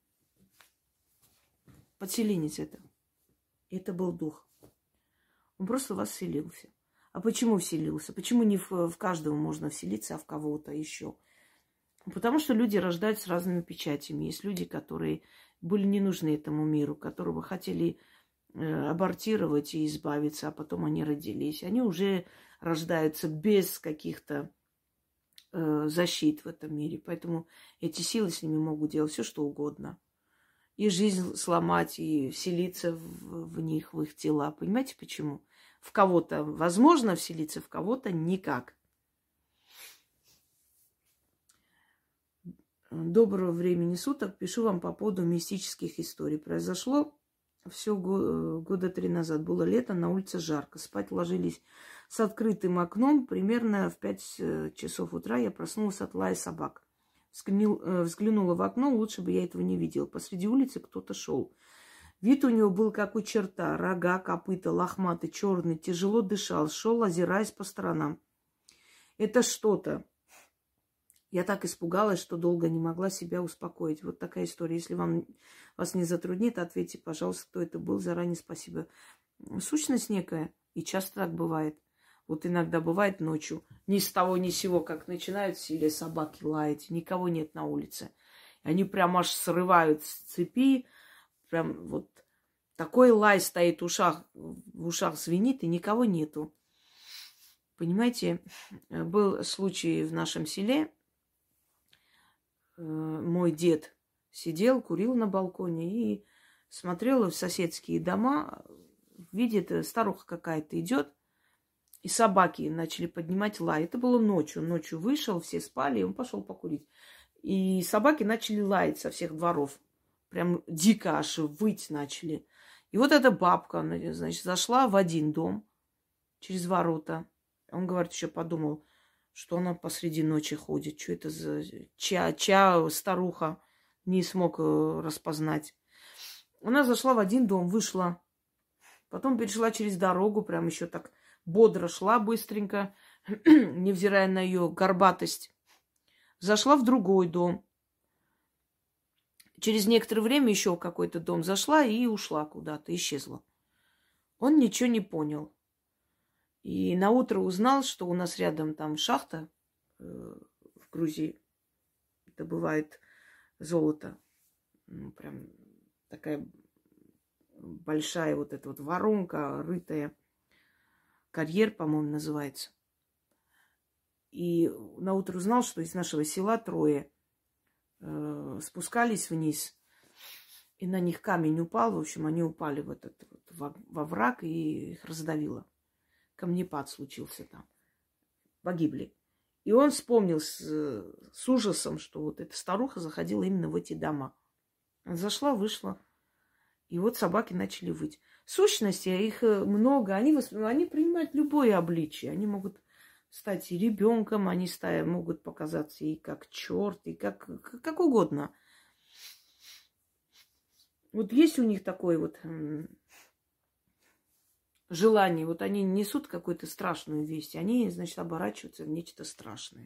Подселенец это. Это был дух. Он просто в вас вселился. А почему вселился? Почему не в, в каждого можно вселиться, а в кого-то еще? Потому что люди рождаются с разными печатями. Есть люди, которые были не нужны этому миру, которого хотели э, абортировать и избавиться, а потом они родились. Они уже рождаются без каких-то э, защит в этом мире. Поэтому эти силы с ними могут делать все, что угодно. И жизнь сломать, и вселиться в, в них, в их тела. Понимаете, почему? В кого-то возможно вселиться, в кого-то никак. Доброго времени суток. Пишу вам по поводу мистических историй. Произошло все года три назад. Было лето, на улице жарко. Спать ложились с открытым окном. Примерно в пять часов утра я проснулась от лая собак. Взглянула в окно, лучше бы я этого не видела. Посреди улицы кто-то шел. Вид у него был как у черта. Рога, копыта, лохматый, черный. Тяжело дышал. Шел, озираясь по сторонам. Это что-то Я так испугалась, что долго не могла себя успокоить. Вот такая история. Если вам вас не затруднит, ответьте, пожалуйста, кто это был. Заранее спасибо. Сущность некая. И часто так бывает. Вот иногда бывает ночью. Ни с того ни с сего, как начинают в селе собаки лаять. Никого нет на улице. Они прям аж срывают с цепи. Прям вот такой лай стоит в ушах, в ушах звенит, и никого нету. Понимаете, был случай в нашем селе. Мой дед сидел, курил на балконе и смотрел в соседские дома. Видит, старуха какая-то идет, и собаки начали поднимать лай. Это было ночью. Ночью вышел, все спали, и он пошел покурить. И собаки начали лаять со всех дворов. Прям дико аж выть начали. И вот эта бабка, значит, зашла в один дом через ворота. Он, говорит, еще подумал, что она посреди ночи ходит. Что это за ча, ча старуха, не смог распознать. Она зашла в один дом, вышла. Потом перешла через дорогу, прям еще так бодро шла быстренько, невзирая на ее горбатость. Зашла в другой дом. Через некоторое время еще в какой-то дом зашла и ушла куда-то, исчезла. Он ничего не понял. И наутро узнал, что у нас рядом там шахта э, в Грузии. Добывает золото. Ну, прям такая большая вот эта вот воронка, рытая. Карьер, по-моему, называется. И наутро узнал, что из нашего села трое э, спускались вниз. И на них камень упал. В общем, они упали в этот вот, во враг, и их раздавило. Камнепад случился там. Погибли. И он вспомнил с, с ужасом, что вот эта старуха заходила именно в эти дома. Зашла, вышла. И вот собаки начали выть. В сущности, их много. Они, восп... они принимают любое обличие. Они могут стать и ребенком, они стать, могут показаться и как черт, и как, как угодно. Вот есть у них такое вот желание. Вот они несут какую-то страшную весть. Они, значит, оборачиваются в нечто страшное.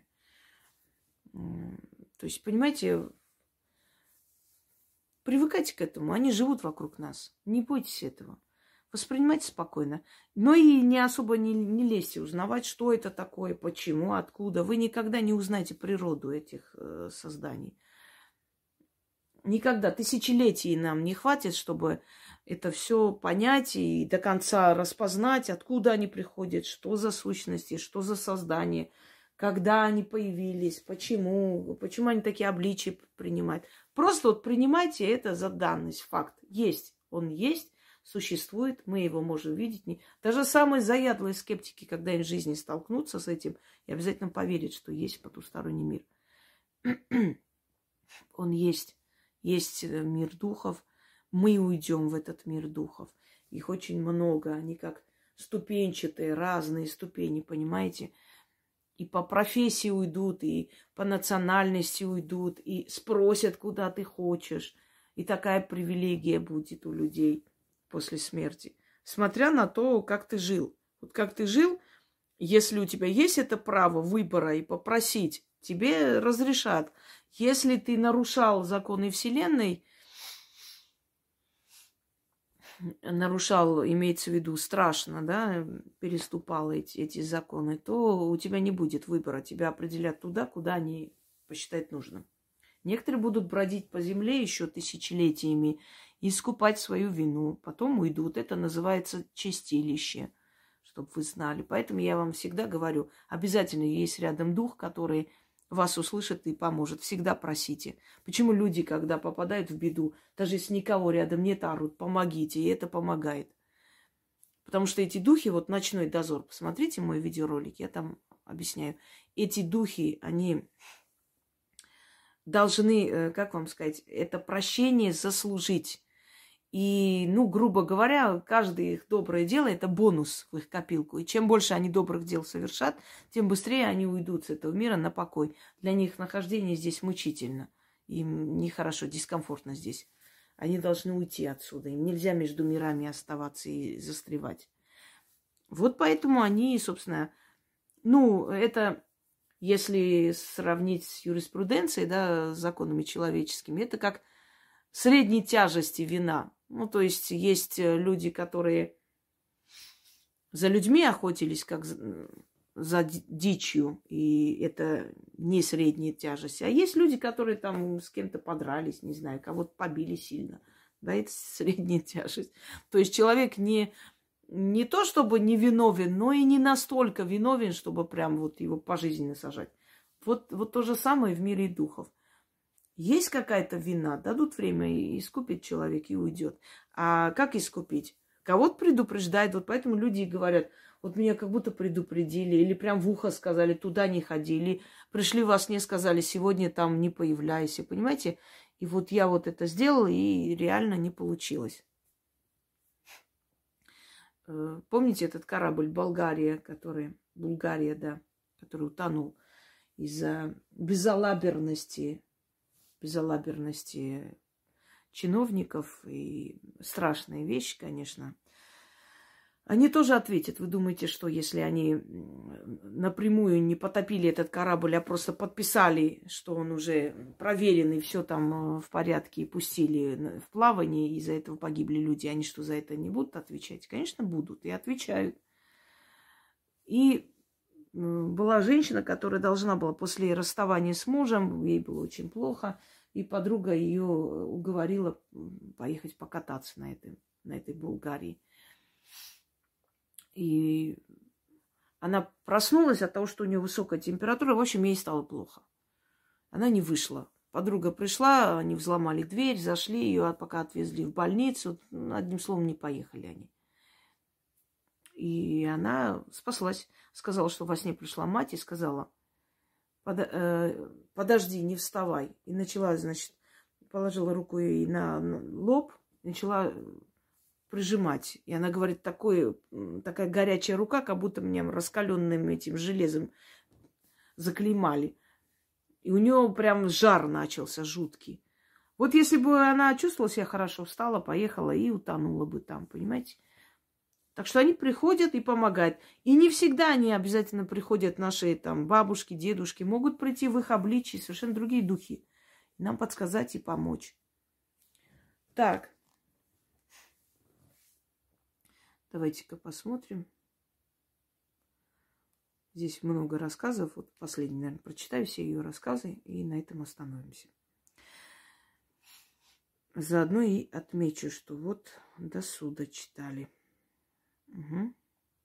То есть, понимаете, привыкайте к этому. Они живут вокруг нас. Не бойтесь этого. Воспринимайте спокойно. Но и не особо не, не лезьте узнавать, что это такое, почему, откуда. Вы никогда не узнаете природу этих э, созданий. Никогда. Тысячелетий нам не хватит, чтобы это все понять и до конца распознать, откуда они приходят, что за сущности, что за создание, когда они появились, почему, почему они такие обличия принимают. Просто вот принимайте это за данность, факт. Есть, он есть, существует, мы его можем видеть. Даже самые заядлые скептики, когда им в жизни столкнутся с этим, и обязательно поверят, что есть потусторонний мир. Он есть. Есть мир духов. Мы уйдем в этот мир духов. Их очень много. Они как ступенчатые, разные ступени, понимаете? И по профессии уйдут, и по национальности уйдут, и спросят, куда ты хочешь. И такая привилегия будет у людей после смерти. Смотря на то, как ты жил. Вот как ты жил, если у тебя есть это право выбора и попросить, тебе разрешат. Если ты нарушал законы Вселенной, нарушал, имеется в виду, страшно, да, переступал эти, эти законы, то у тебя не будет выбора. Тебя определят туда, куда они посчитают нужным. Некоторые будут бродить по земле еще тысячелетиями и искупать свою вину. Потом уйдут. Это называется чистилище, чтобы вы знали. Поэтому я вам всегда говорю, обязательно есть рядом дух, который вас услышит и поможет. Всегда просите. Почему люди, когда попадают в беду, даже если никого рядом нет, орут, помогите, и это помогает. Потому что эти духи, вот ночной дозор, посмотрите мой видеоролик, я там объясняю. Эти духи, они должны, как вам сказать, это прощение заслужить. И, ну, грубо говоря, каждое их доброе дело – это бонус в их копилку. И чем больше они добрых дел совершат, тем быстрее они уйдут с этого мира на покой. Для них нахождение здесь мучительно. Им нехорошо, дискомфортно здесь. Они должны уйти отсюда. Им нельзя между мирами оставаться и застревать. Вот поэтому они, собственно, ну, это если сравнить с юриспруденцией, да, с законами человеческими, это как средней тяжести вина. Ну, то есть есть люди, которые за людьми охотились, как за дичью, и это не средняя тяжесть. А есть люди, которые там с кем-то подрались, не знаю, кого-то побили сильно. Да, это средняя тяжесть. То есть человек не, не то чтобы не виновен, но и не настолько виновен, чтобы прям вот его пожизненно сажать. Вот, вот то же самое в мире духов. Есть какая-то вина, дадут время, и искупит человек, и уйдет. А как искупить? Кого-то предупреждает, вот поэтому люди и говорят, вот меня как будто предупредили, или прям в ухо сказали, туда не ходи, или пришли во сне, сказали, сегодня там не появляйся, понимаете? И вот я вот это сделала, и реально не получилось. Помните этот корабль Болгария, который, Булгария, да, который утонул из-за безалаберности, безалаберности чиновников, и страшная вещь, конечно. Они тоже ответят. Вы думаете, что если они напрямую не потопили этот корабль, а просто подписали, что он уже проверен и все там в порядке, и пустили в плавание, и из-за этого погибли люди, они что, за это не будут отвечать? Конечно, будут, и отвечают. И была женщина, которая должна была после расставания с мужем, ей было очень плохо, и подруга ее уговорила поехать покататься на этой, на этой Булгарии. И она проснулась от того, что у нее высокая температура. В общем, ей стало плохо. Она не вышла. Подруга пришла, они взломали дверь, зашли ее, пока отвезли в больницу. Одним словом, не поехали они. И она спаслась. Сказала, что во сне пришла мать и сказала, подожди, не вставай. И начала, значит, положила руку ей на лоб, начала прижимать. И она говорит, такое, такая горячая рука, как будто меня раскаленным этим железом заклеймали. И у нее прям жар начался жуткий. Вот если бы она чувствовала себя хорошо, встала, поехала и утонула бы там, понимаете? Так что они приходят и помогают. И не всегда они обязательно приходят, наши там бабушки, дедушки. Могут прийти в их обличии совершенно другие духи. Нам подсказать и помочь. Так. Давайте-ка посмотрим. Здесь много рассказов. Вот последний, наверное, прочитаю все ее рассказы и на этом остановимся. Заодно и отмечу, что вот до суда читали. Угу.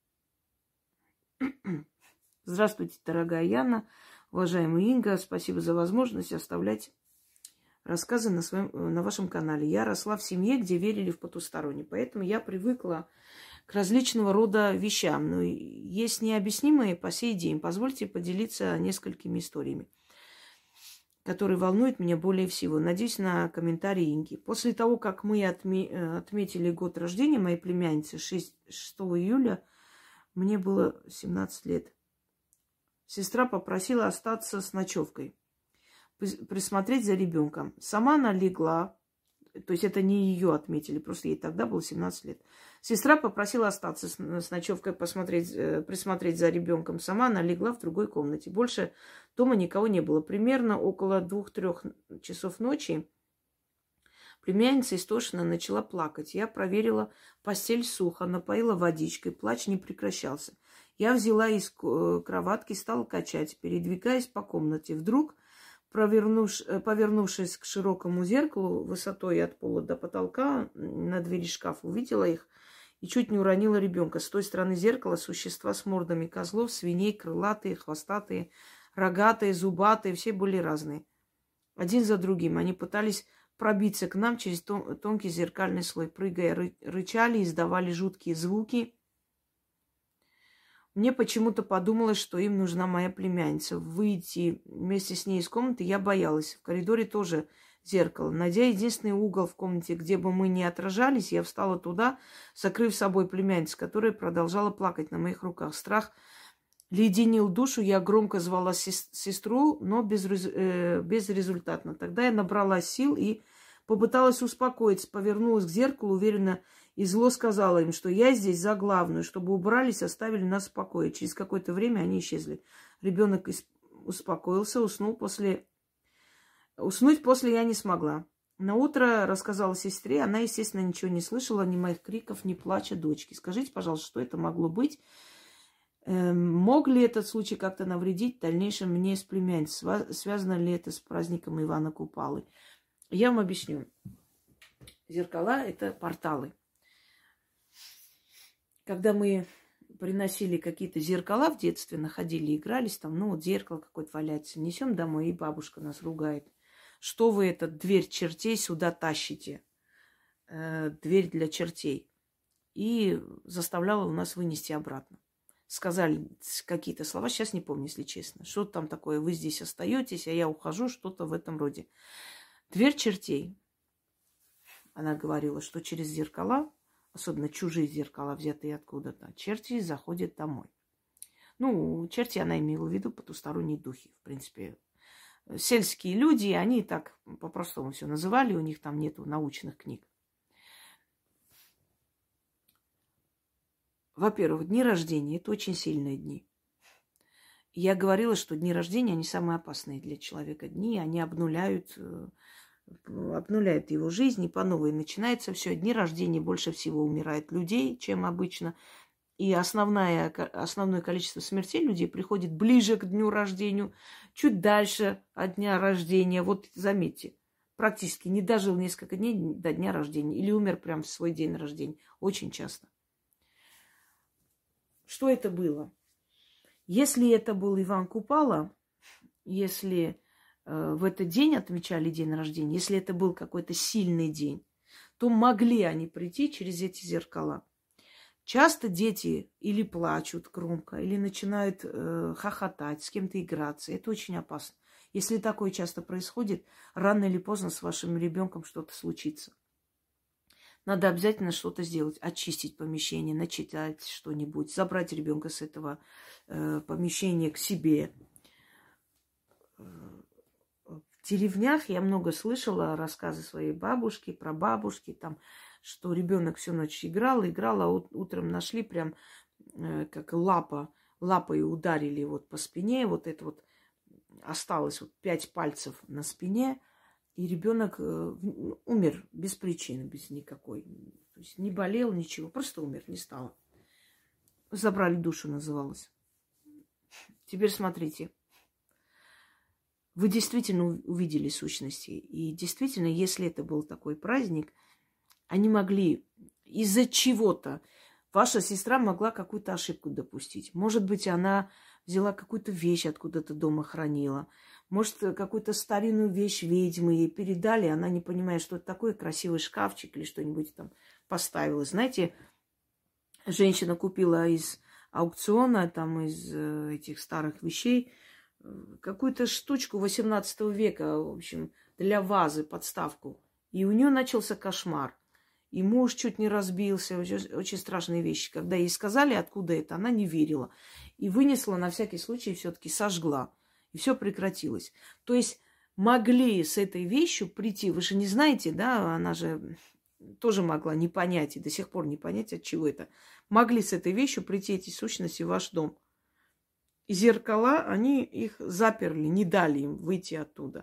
Здравствуйте, дорогая Яна, уважаемая Инга. Спасибо за возможность оставлять рассказы на, своем, на вашем канале. Я росла в семье, где верили в потустороннее, поэтому я привыкла к различного рода вещам. Но есть необъяснимые по сей день. Позвольте поделиться несколькими историями, которые волнуют меня более всего. Надеюсь на комментарии Инги. После того, как мы отме- отметили год рождения моей племянницы, шестого июля, мне было семнадцать лет. Сестра попросила остаться с ночевкой, присмотреть за ребенком. Сама она легла. То есть это не ее отметили, просто ей тогда было семнадцать лет. Сестра попросила остаться с, с ночевкой, посмотреть, э, присмотреть за ребенком. Сама она легла в другой комнате. Больше дома никого не было. Примерно около двух-трех часов ночи племянница истошно начала плакать. Я проверила постель сухо, напоила водичкой. Плач не прекращался. Я взяла из кроватки, стала качать, передвигаясь по комнате. Вдруг, Провернув, повернувшись к широкому зеркалу высотой от пола до потолка, на двери шкафа увидела их и чуть не уронила ребенка. С той стороны зеркала существа с мордами козлов, свиней, крылатые, хвостатые, рогатые, зубатые, все были разные. Один за другим они пытались пробиться к нам через тон- тонкий зеркальный слой, прыгая, ры- рычали, издавали жуткие звуки. Мне почему-то подумалось, что им нужна моя племянница. Выйти вместе с ней из комнаты я боялась. В коридоре тоже зеркало. Найдя единственный угол в комнате, где бы мы не отражались, я встала туда, закрыв собой племянницу, которая продолжала плакать на моих руках. Страх леденил душу. Я громко звала сестру, но без, э, безрезультатно. Тогда я набрала сил и попыталась успокоиться. Повернулась к зеркалу, уверенно и зло сказала им, что я здесь за главную, чтобы убрались, оставили нас в покое. Через какое-то время они исчезли. Ребенок успокоился, уснул после... Уснуть после я не смогла. На утро рассказала сестре, она, естественно, ничего не слышала, ни моих криков, ни плача дочки. Скажите, пожалуйста, что это могло быть? Эм, мог ли этот случай как-то навредить в дальнейшем мне с племянницей? Связано ли это с праздником Ивана Купалы? Я вам объясню. Зеркала – это порталы. Когда мы приносили какие-то зеркала в детстве, находили, игрались, там, ну, вот зеркало какое-то валяется, несем домой, и бабушка нас ругает. Что вы эту дверь чертей сюда тащите? Э, дверь для чертей. И заставляла у нас вынести обратно. Сказали какие-то слова, сейчас не помню, если честно. Что там такое, вы здесь остаетесь, а я ухожу, что-то в этом роде. Дверь чертей. Она говорила, что через зеркала, особенно чужие зеркала, взятые откуда-то, черти заходят домой. Ну, черти она имела в виду потусторонние духи, в принципе. Сельские люди, они так по-простому все называли, у них там нету научных книг. Во-первых, дни рождения – это очень сильные дни. Я говорила, что дни рождения, они самые опасные для человека дни, они обнуляют, обнуляют его жизнь, и по новой начинается все. Дни рождения больше всего умирает людей, чем обычно. И основное, основное количество смертей людей приходит ближе к дню рождения, чуть дальше от дня рождения. Вот заметьте, практически не дожил несколько дней до дня рождения или умер прямо в свой день рождения. Очень часто. Что это было? Если это был Иван Купала, если э, в этот день отмечали день рождения, если это был какой-то сильный день, то могли они прийти через эти зеркала. Часто дети или плачут громко, или начинают э, хохотать, с кем-то играться. Это очень опасно. Если такое часто происходит, рано или поздно с вашим ребенком что-то случится. Надо обязательно что-то сделать, очистить помещение, начитать что-нибудь, забрать ребенка с этого э, помещения к себе. В деревнях я много слышала рассказы своей бабушки, прабабушки, там, что ребенок всю ночь играл, играл, а утром нашли прям э, как лапа, лапой ударили вот по спине, вот это вот осталось вот пять пальцев на спине, и ребенок э, умер без причины, без никакой. То есть не болел, ничего, просто умер, не стало. Забрали душу, называлось. Теперь смотрите. Вы действительно увидели сущности. И действительно, если это был такой праздник, они могли из-за чего-то... Ваша сестра могла какую-то ошибку допустить. Может быть, она взяла какую-то вещь откуда-то дома хранила. Может, какую-то старинную вещь ведьмы ей передали, она не понимает, что это такое, красивый шкафчик или что-нибудь там поставила. Знаете, женщина купила из аукциона, там, из этих старых вещей, какую-то штучку восемнадцатого века, в общем, для вазы, подставку. И у нее начался кошмар. И муж чуть не разбился, очень, очень страшные вещи. Когда ей сказали, откуда это, она не верила. И вынесла, на всякий случай, все-таки сожгла. И все прекратилось. То есть могли с этой вещью прийти, вы же не знаете, да, она же тоже могла не понять, и до сих пор не понять, от чего это. Могли с этой вещью прийти эти сущности в ваш дом. И зеркала, они их заперли, не дали им выйти оттуда.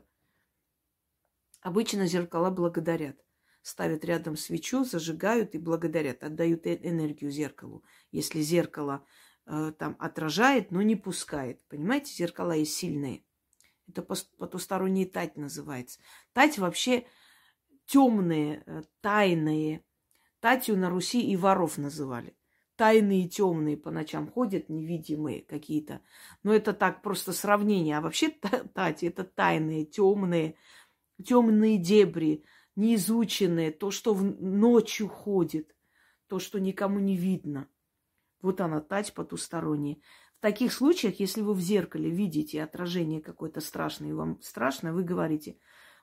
Обычно зеркала благодарят. Ставят рядом свечу, зажигают и благодарят, отдают энергию зеркалу. Если зеркало э, там отражает, но не пускает. Понимаете, зеркала есть сильные. Это потусторонняя тать называется. Тать вообще темные, тайные. Татью на Руси и воров называли. Тайные, темные по ночам ходят, невидимые какие-то. Но это так просто сравнение. А вообще тати – это тайные, темные, темные дебри, неизученное, то, что ночью ходит, то, что никому не видно. Вот она, тать потусторонняя. В таких случаях, если вы в зеркале видите отражение какое-то страшное, и вам страшно, вы говорите,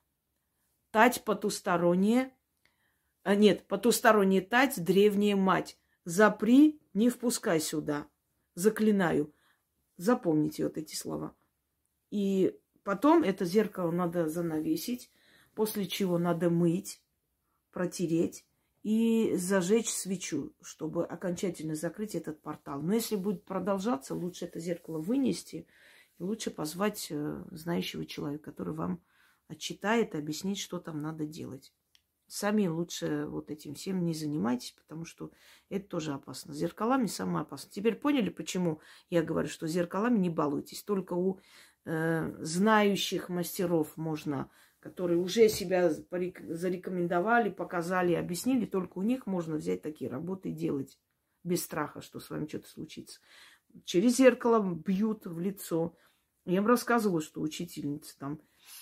тать потусторонняя, а нет, потусторонняя тать, древняя мать, запри, не впускай сюда, заклинаю. Запомните вот эти слова. И потом это зеркало надо занавесить, после чего надо мыть, протереть и зажечь свечу, чтобы окончательно закрыть этот портал. Но если будет продолжаться, лучше это зеркало вынести Лучше позвать э, знающего человека, который вам отчитает и объяснит, что там надо делать. Сами лучше вот этим всем не занимайтесь, потому что это тоже опасно. С зеркалами самое опасное. Теперь поняли, почему я говорю, что с зеркалами не балуйтесь. Только у э, знающих мастеров можно, которые уже себя зарекомендовали, показали, объяснили, только у них можно взять такие работы и делать без страха, что с вами что-то случится. Через зеркало бьют в лицо. Я вам рассказывала, что учительница там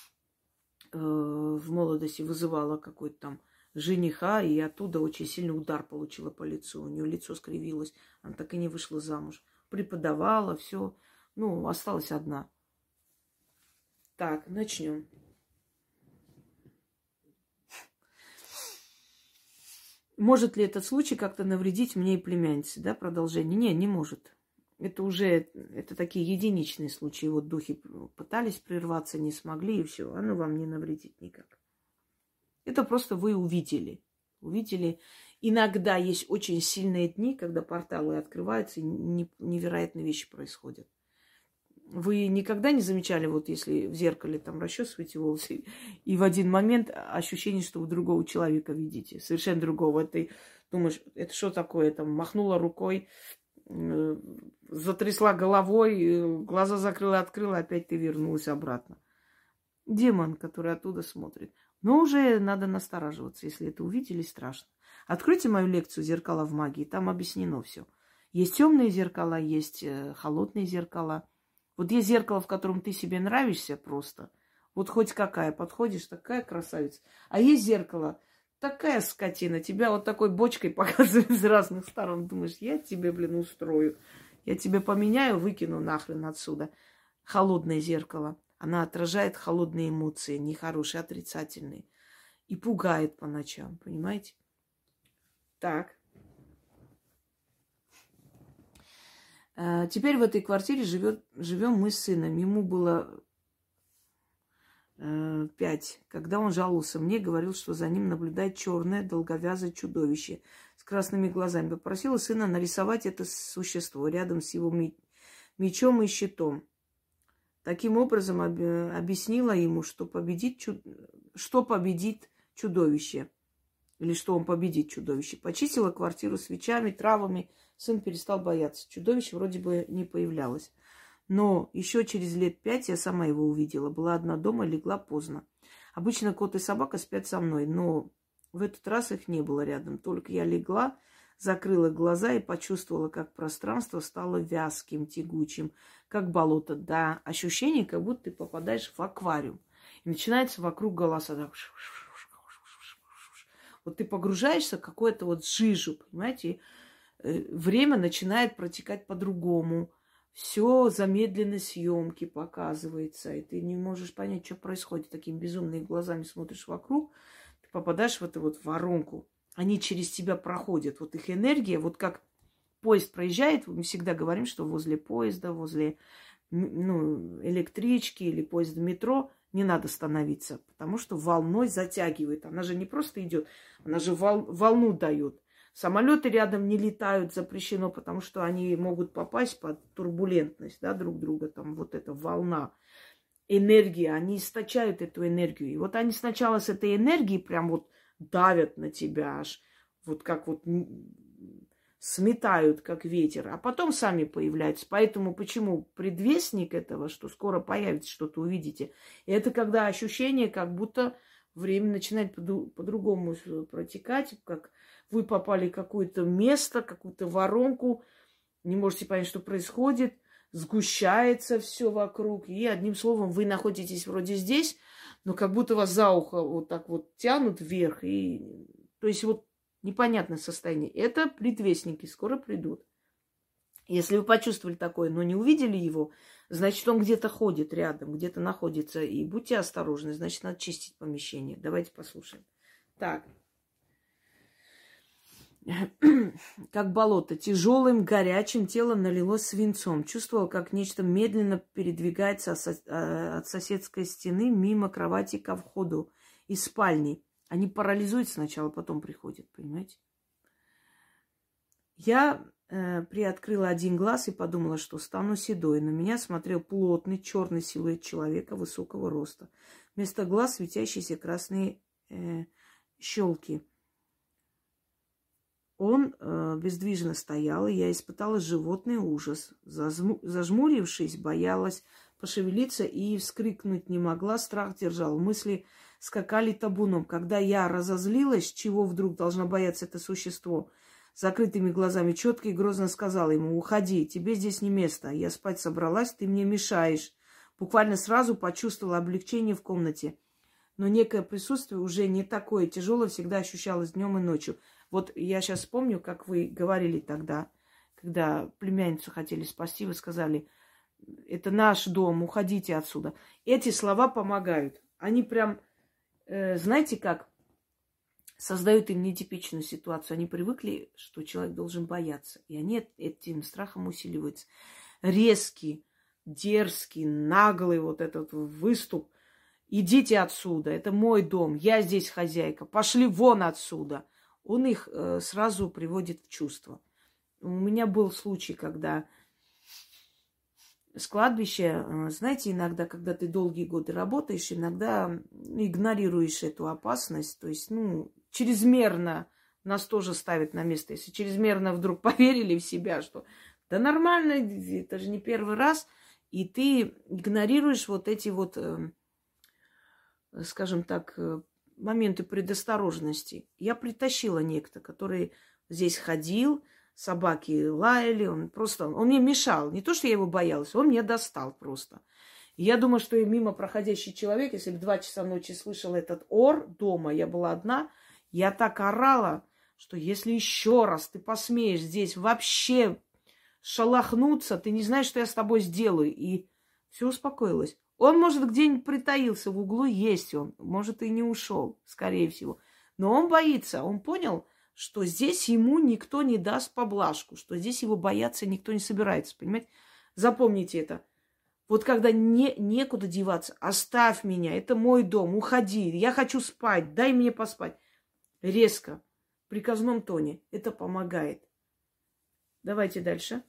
в молодости вызывала какой-то там жениха, и оттуда очень сильный удар получила по лицу. У нее лицо скривилось, она так и не вышла замуж. Преподавала, все. Ну, осталась одна. Так, начнем. Может ли этот случай как-то навредить мне и племяннице, да, продолжение? Не, не может. Это уже, это такие единичные случаи. Вот духи пытались прерваться, не смогли, и все. Оно вам не навредит никак. Это просто вы увидели. Увидели. Иногда есть очень сильные дни, когда порталы открываются, и невероятные вещи происходят. Вы никогда не замечали, вот если в зеркале там расчесываете волосы, и в один момент ощущение, что вы другого человека видите, совершенно другого. Ты думаешь, это что такое? Там махнула рукой, затрясла головой, глаза закрыла, открыла, опять ты вернулась обратно. Демон, который оттуда смотрит. Но уже надо настораживаться, если это увидели, страшно. Откройте мою лекцию «Зеркала в магии», там объяснено все. Есть темные зеркала, есть холодные зеркала. Вот есть зеркало, в котором ты себе нравишься просто. Вот хоть какая, подходишь, такая красавица. А есть зеркало, такая скотина, тебя вот такой бочкой показывают с разных сторон. Думаешь, я тебе, блин, устрою. Я тебе поменяю, выкину нахрен отсюда. Холодное зеркало. Она отражает холодные эмоции, нехорошие, отрицательные. И пугает по ночам, понимаете? Так. Теперь в этой квартире живет, живем мы с сыном. Ему было э, пять. Когда он жаловался мне, говорил, что за ним наблюдает черное долговязое чудовище с красными глазами. Попросила сына нарисовать это существо рядом с его мечом и щитом. Таким образом об, объяснила ему, что победит, чуд... что победит чудовище. Или что он победит чудовище. Почистила квартиру свечами, травами. Сын перестал бояться. Чудовище вроде бы не появлялось. Но еще через лет пять я сама его увидела. Была одна дома, легла поздно. Обычно кот и собака спят со мной, но в этот раз их не было рядом. Только я легла, закрыла глаза и почувствовала, как пространство стало вязким, тягучим, как болото. Да, ощущение, как будто ты попадаешь в аквариум. И начинается вокруг голоса. Так. Вот ты погружаешься в какую-то вот жижу, понимаете? Время начинает протекать по-другому. Все замедленной съемки показывается. И ты не можешь понять, что происходит. Такими безумными глазами смотришь вокруг. Ты попадаешь в эту вот воронку. Они через тебя проходят. Вот их энергия, вот как поезд проезжает, мы всегда говорим, что возле поезда, возле ну, электрички или поезда метро не надо становиться, потому что волной затягивает. Она же не просто идет, она же вол, волну дает. Самолеты рядом не летают, запрещено, потому что они могут попасть под турбулентность, да, друг друга. Там вот эта волна, энергия, они источают эту энергию. И вот они сначала с этой энергией прям вот давят на тебя аж, вот как вот сметают, как ветер, а потом сами появляются. Поэтому почему предвестник этого, что скоро появится что-то, увидите, это когда ощущение, как будто время начинает по-другому протекать, как вы попали в какое-то место, какую-то воронку, не можете понять, что происходит, сгущается все вокруг, и одним словом вы находитесь вроде здесь, но как будто вас за ухо вот так вот тянут вверх, и то есть вот непонятное состояние. Это предвестники, скоро придут. Если вы почувствовали такое, но не увидели его, значит, он где-то ходит рядом, где-то находится. И будьте осторожны, значит, надо чистить помещение. Давайте послушаем. Так. Как болото. Тяжелым, горячим телом налилось свинцом. Чувствовал, как нечто медленно передвигается от соседской стены мимо кровати ко входу из спальни. Они парализуют сначала, потом приходят, понимаете? Я э, приоткрыла один глаз и подумала, что стану седой. На меня смотрел плотный черный силуэт человека высокого роста. Вместо глаз светящиеся красные э, щелки. Он э, бездвижно стоял, и я испытала животный ужас. Зазму... Зажмурившись, боялась пошевелиться и вскрикнуть не могла. Страх держал. Мысли скакали табуном. Когда я разозлилась, чего вдруг должно бояться это существо, закрытыми глазами четко и грозно сказала ему: уходи, тебе здесь не место. Я спать собралась, ты мне мешаешь. Буквально сразу почувствовала облегчение в комнате. Но некое присутствие уже не такое тяжелое всегда ощущалось днем и ночью. Вот я сейчас вспомню, как вы говорили тогда, когда племянницу хотели спасти, вы сказали: это наш дом, уходите отсюда. Эти слова помогают. Они прям, э, знаете как, создают им нетипичную ситуацию. Они привыкли, что человек должен бояться. И они этим страхом усиливаются. Резкий, дерзкий, наглый вот этот выступ. Идите отсюда, это мой дом, я здесь хозяйка, пошли вон отсюда. Он их э, сразу приводит в чувство. У меня был случай, когда с кладбища, э, знаете, иногда, когда ты долгие годы работаешь, иногда игнорируешь эту опасность. То есть, ну, чрезмерно нас тоже ставят на место. Если чрезмерно вдруг поверили в себя, что да нормально, это же не первый раз, и ты игнорируешь вот эти вот, э, скажем так, э, моменты предосторожности. Я притащила некто, который здесь ходил, собаки лаяли, он просто, он мне мешал. Не то, что я его боялась, он меня достал просто. И я думаю, что и мимо проходящий человек, если бы в два часа ночи слышал этот ор дома, я была одна, я так орала, что если еще раз ты посмеешь здесь вообще шелохнуться, ты не знаешь, что я с тобой сделаю. И все успокоилось. Он, может, где-нибудь притаился в углу, есть он. Может, и не ушел, скорее всего. Но он боится. Он понял, что здесь ему никто не даст поблажку, что здесь его бояться никто не собирается, понимаете? Запомните это. Вот когда не, некуда деваться, оставь меня, это мой дом, уходи, я хочу спать, дай мне поспать. Резко, в приказном тоне. Это помогает. Давайте дальше.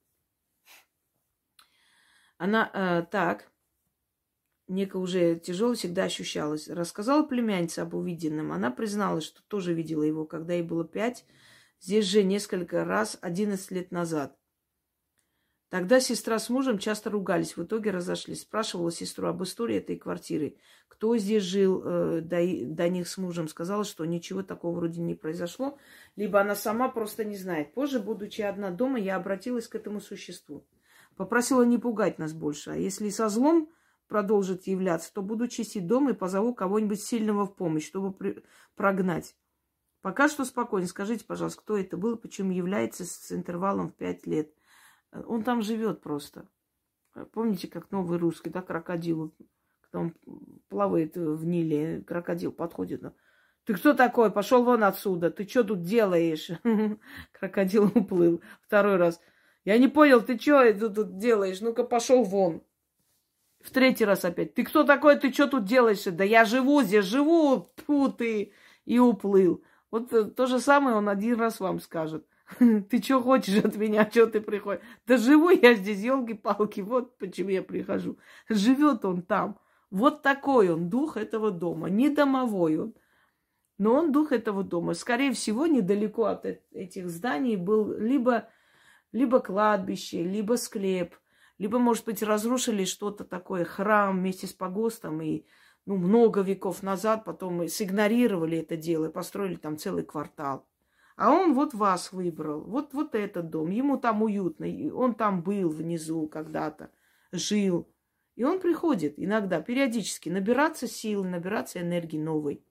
Она э, так... Нека уже тяжело всегда ощущалась. Рассказала племяннице об увиденном. Она призналась, что тоже видела его, когда ей было пять. Здесь же несколько раз, одиннадцать лет назад. Тогда сестра с мужем часто ругались. В итоге разошлись. Спрашивала сестру об истории этой квартиры. Кто здесь жил э, до, до них с мужем. Сказала, что ничего такого вроде не произошло. Либо она сама просто не знает. Позже, будучи одна дома, я обратилась к этому существу. Попросила не пугать нас больше. А если со злом продолжит являться, то буду чистить дом и позову кого-нибудь сильного в помощь, чтобы при... прогнать. Пока что спокойно. Скажите, пожалуйста, кто это был, почему является с интервалом в пять лет? Он там живет просто. Помните, как Новый Русский, да, крокодил, когда он плавает в Ниле, крокодил подходит. Ты кто такой? Пошел вон отсюда. Ты что тут делаешь? Крокодил уплыл. Второй раз. Я не понял, ты что тут делаешь? Ну-ка, пошел вон. В третий раз опять. Ты кто такой? Ты что тут делаешь? Да я живу здесь, живу. Тьфу ты. И уплыл. Вот то же самое он один раз вам скажет. Ты что хочешь от меня? Что ты приходишь? Да живу я здесь, елки-палки. Вот почему я прихожу. Живет он там. Вот такой он, дух этого дома. Не домовой он. Но он дух этого дома. Скорее всего, недалеко от этих зданий был либо, либо кладбище, либо склеп. Либо, может быть, разрушили что-то такое, храм вместе с погостом, и ну, много веков назад потом сигнорировали это дело и построили там целый квартал. А он вот вас выбрал, вот, вот этот дом, ему там уютно, он там был внизу когда-то, жил. И он приходит иногда, периодически, набираться сил, набираться энергии новой.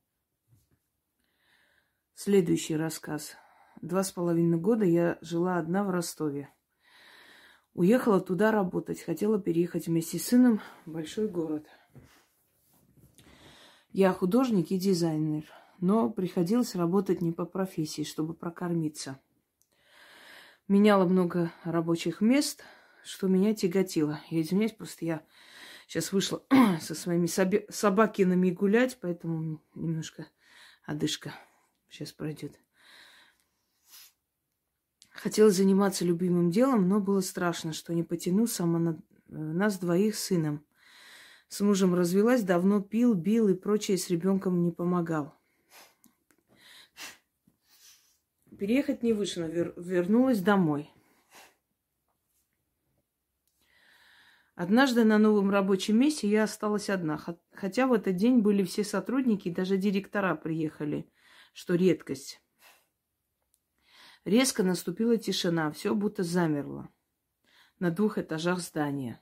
Следующий рассказ. Два с половиной года я жила одна в Ростове. Уехала туда работать. Хотела переехать вместе с сыном в большой город. Я художник и дизайнер, но приходилось работать не по профессии, чтобы прокормиться. Меняла много рабочих мест, что меня тяготило. Я извиняюсь, просто я сейчас вышла со своими собакинами гулять, поэтому немножко одышка сейчас пройдет. Хотела заниматься любимым делом, но было страшно, что не потяну сама на нас двоих с сыном. С мужем развелась, давно пил, бил и прочее, с ребенком не помогал. Переехать не вышло, вер- вернулась домой. Однажды на новом рабочем месте я осталась одна, хотя в этот день были все сотрудники, даже директора приехали, что редкость. Резко наступила тишина, все будто замерло на двух этажах здания.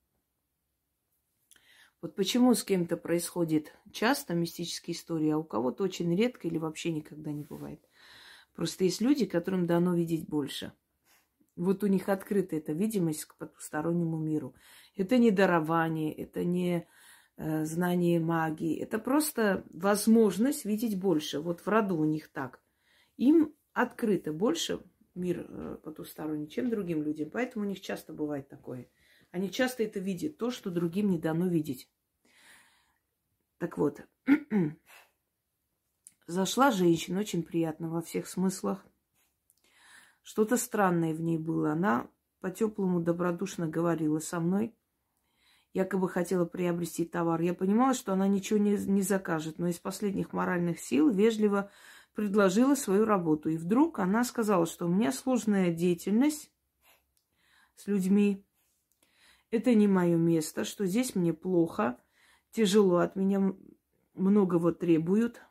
Вот почему с кем-то происходит часто мистические истории, а у кого-то очень редко или вообще никогда не бывает. Просто есть люди, которым дано видеть больше. Вот у них открыта эта видимость к потустороннему миру. Это не дарование, это не э, знание магии. Это просто возможность видеть больше. Вот в роду у них так. Им открыто больше мир э, потусторонний, чем другим людям. Поэтому у них часто бывает такое. Они часто это видят, то, что другим не дано видеть. Так вот, зашла женщина, очень приятно во всех смыслах. Что-то странное в ней было. Она по-теплому добродушно говорила со мной. Якобы хотела приобрести товар. Я понимала, что она ничего не, не закажет, но из последних моральных сил вежливо предложила свою работу. И вдруг она сказала, что у меня сложная деятельность с людьми. Это не мое место, что здесь мне плохо, тяжело, от меня многого требуют.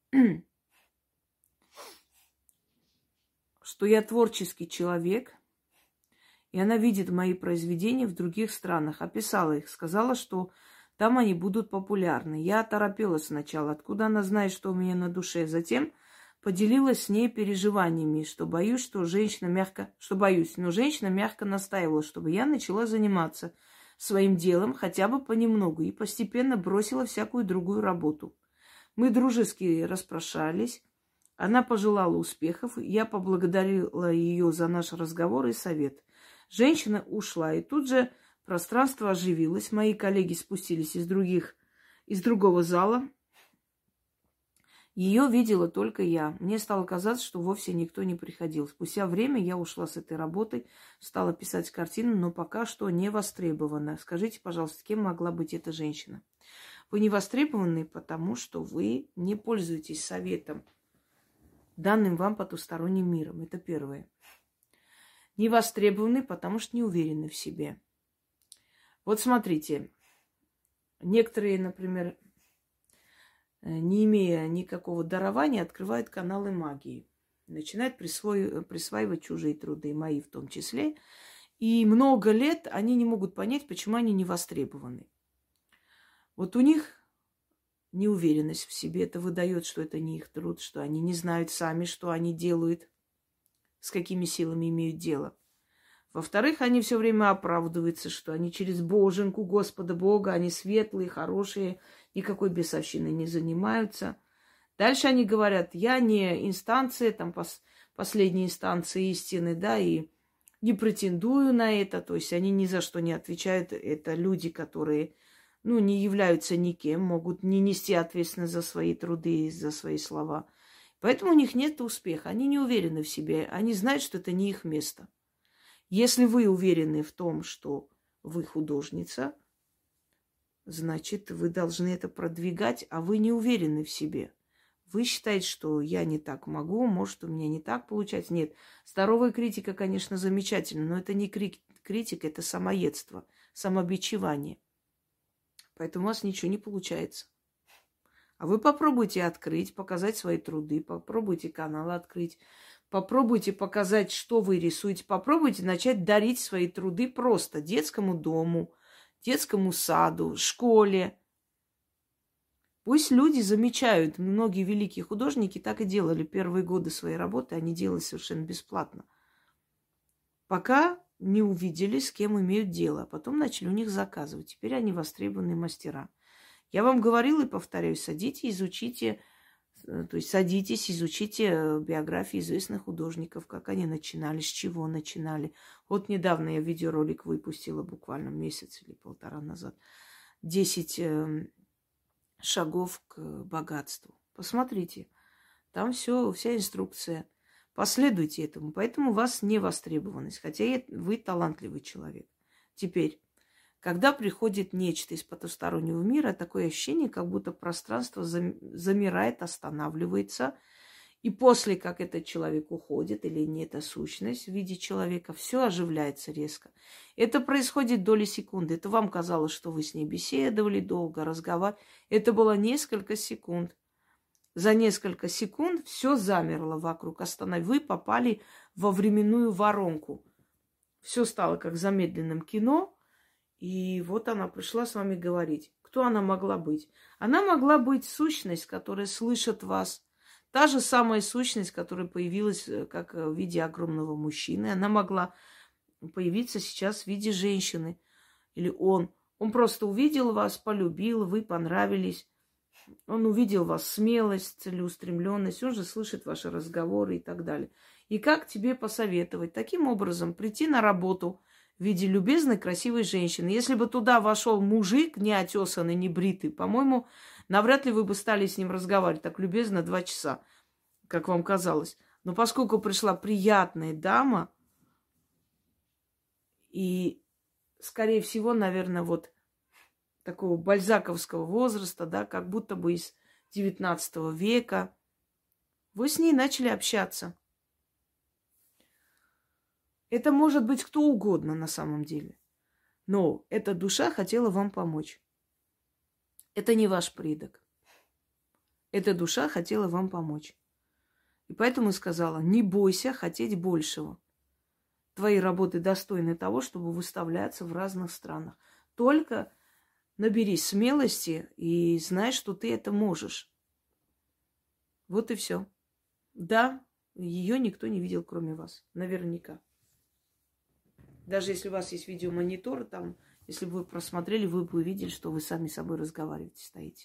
Что я творческий человек, и она видит мои произведения в других странах. Описала их, сказала, что там они будут популярны. Я оторопела сначала, откуда она знает, что у меня на душе. Затем поделилась с ней переживаниями, что боюсь, что женщина мягко... Что боюсь, но женщина мягко настаивала, чтобы я начала заниматься своим делом хотя бы понемногу и постепенно бросила всякую другую работу. Мы дружески распрошались. Она пожелала успехов, я поблагодарила ее за наш разговор и совет. Женщина ушла, и тут же пространство оживилось. Мои коллеги спустились из других, из другого зала. Ее видела только я. Мне стало казаться, что вовсе никто не приходил. Спустя время я ушла с этой работы, стала писать картины, но пока что не востребована. Скажите, пожалуйста, кем могла быть эта женщина? Вы не востребованы, потому что вы не пользуетесь советом, данным вам потусторонним миром. Это первое. Не востребованы, потому что не уверены в себе. Вот смотрите, некоторые, например, не имея никакого дарования, открывают каналы магии. Начинают присвои... присваивать чужие труды, мои в том числе. И много лет они не могут понять, почему они не востребованы. Вот у них неуверенность в себе. Это выдает, что это не их труд, что они не знают сами, что они делают, с какими силами имеют дело. Во-вторых, они все время оправдываются, что они через боженку Господа Бога, они светлые, хорошие, никакой бесовщиной не занимаются. Дальше они говорят, я не инстанция, там пос, последняя инстанция истины, да, и не претендую на это. То есть они ни за что не отвечают. Это люди, которые, ну, не являются никем, могут не нести ответственность за свои труды, за свои слова. Поэтому у них нет успеха. Они не уверены в себе. Они знают, что это не их место. Если вы уверены в том, что вы художница, значит, вы должны это продвигать, а вы не уверены в себе. Вы считаете, что я не так могу, может, у меня не так получается. Нет, здоровая критика, конечно, замечательна, но это не критика, это самоедство, самобичевание. Поэтому у вас ничего не получается. А вы попробуйте открыть, показать свои труды, попробуйте канал открыть, попробуйте показать, что вы рисуете, попробуйте начать дарить свои труды просто детскому дому, детскому саду, школе. Пусть люди замечают. Многие великие художники так и делали первые годы своей работы, они делали совершенно бесплатно. Пока не увидели, с кем имеют дело, а потом начали у них заказывать. Теперь они востребованные мастера. Я вам говорила и повторяю, садите, изучите, то есть садитесь, изучите биографии известных художников, как они начинали, с чего начинали. Вот недавно я видеоролик выпустила, буквально месяц или полтора назад. Десять э, шагов к богатству. Посмотрите, там все, вся инструкция. Последуйте этому. Поэтому у вас не востребованность, хотя вы талантливый человек. Теперь, когда приходит нечто из потустороннего мира, такое ощущение, как будто пространство замирает, останавливается. И после, как этот человек уходит, или не эта сущность в виде человека, все оживляется резко. Это происходит доли секунды. Это вам казалось, что вы с ней беседовали долго, разговаривали. Это было несколько секунд. За несколько секунд все замерло вокруг. Останови. Вы попали во временную воронку. Все стало как в замедленном кино. И вот она пришла с вами говорить. Кто она могла быть? Она могла быть сущность, которая слышит вас. Та же самая сущность, которая появилась как в виде огромного мужчины, она могла появиться сейчас в виде женщины. Или он. Он просто увидел вас, полюбил, вы понравились. Он увидел вас смелость, целеустремленность. Он же слышит ваши разговоры и так далее. И как тебе посоветовать? Таким образом, прийти на работу в виде любезной, красивой женщины. Если бы туда вошел мужик, не отесанный, не бритый, по-моему, навряд ли вы бы стали с ним разговаривать так любезно два часа, как вам казалось. Но поскольку пришла приятная дама, и, скорее всего, наверное, вот такого бальзаковского возраста, да, как будто бы из девятнадцатого века, вы с ней начали общаться. Это может быть кто угодно на самом деле. Но эта душа хотела вам помочь. Это не ваш предок. Эта душа хотела вам помочь. И поэтому сказала, не бойся хотеть большего. Твои работы достойны того, чтобы выставляться в разных странах. Только наберись смелости и знай, что ты это можешь. Вот и все. Да, ее никто не видел, кроме вас. Наверняка. Даже если у вас есть видеомонитор, там, если бы вы просмотрели, вы бы увидели, что вы сами с собой разговариваете, стоите.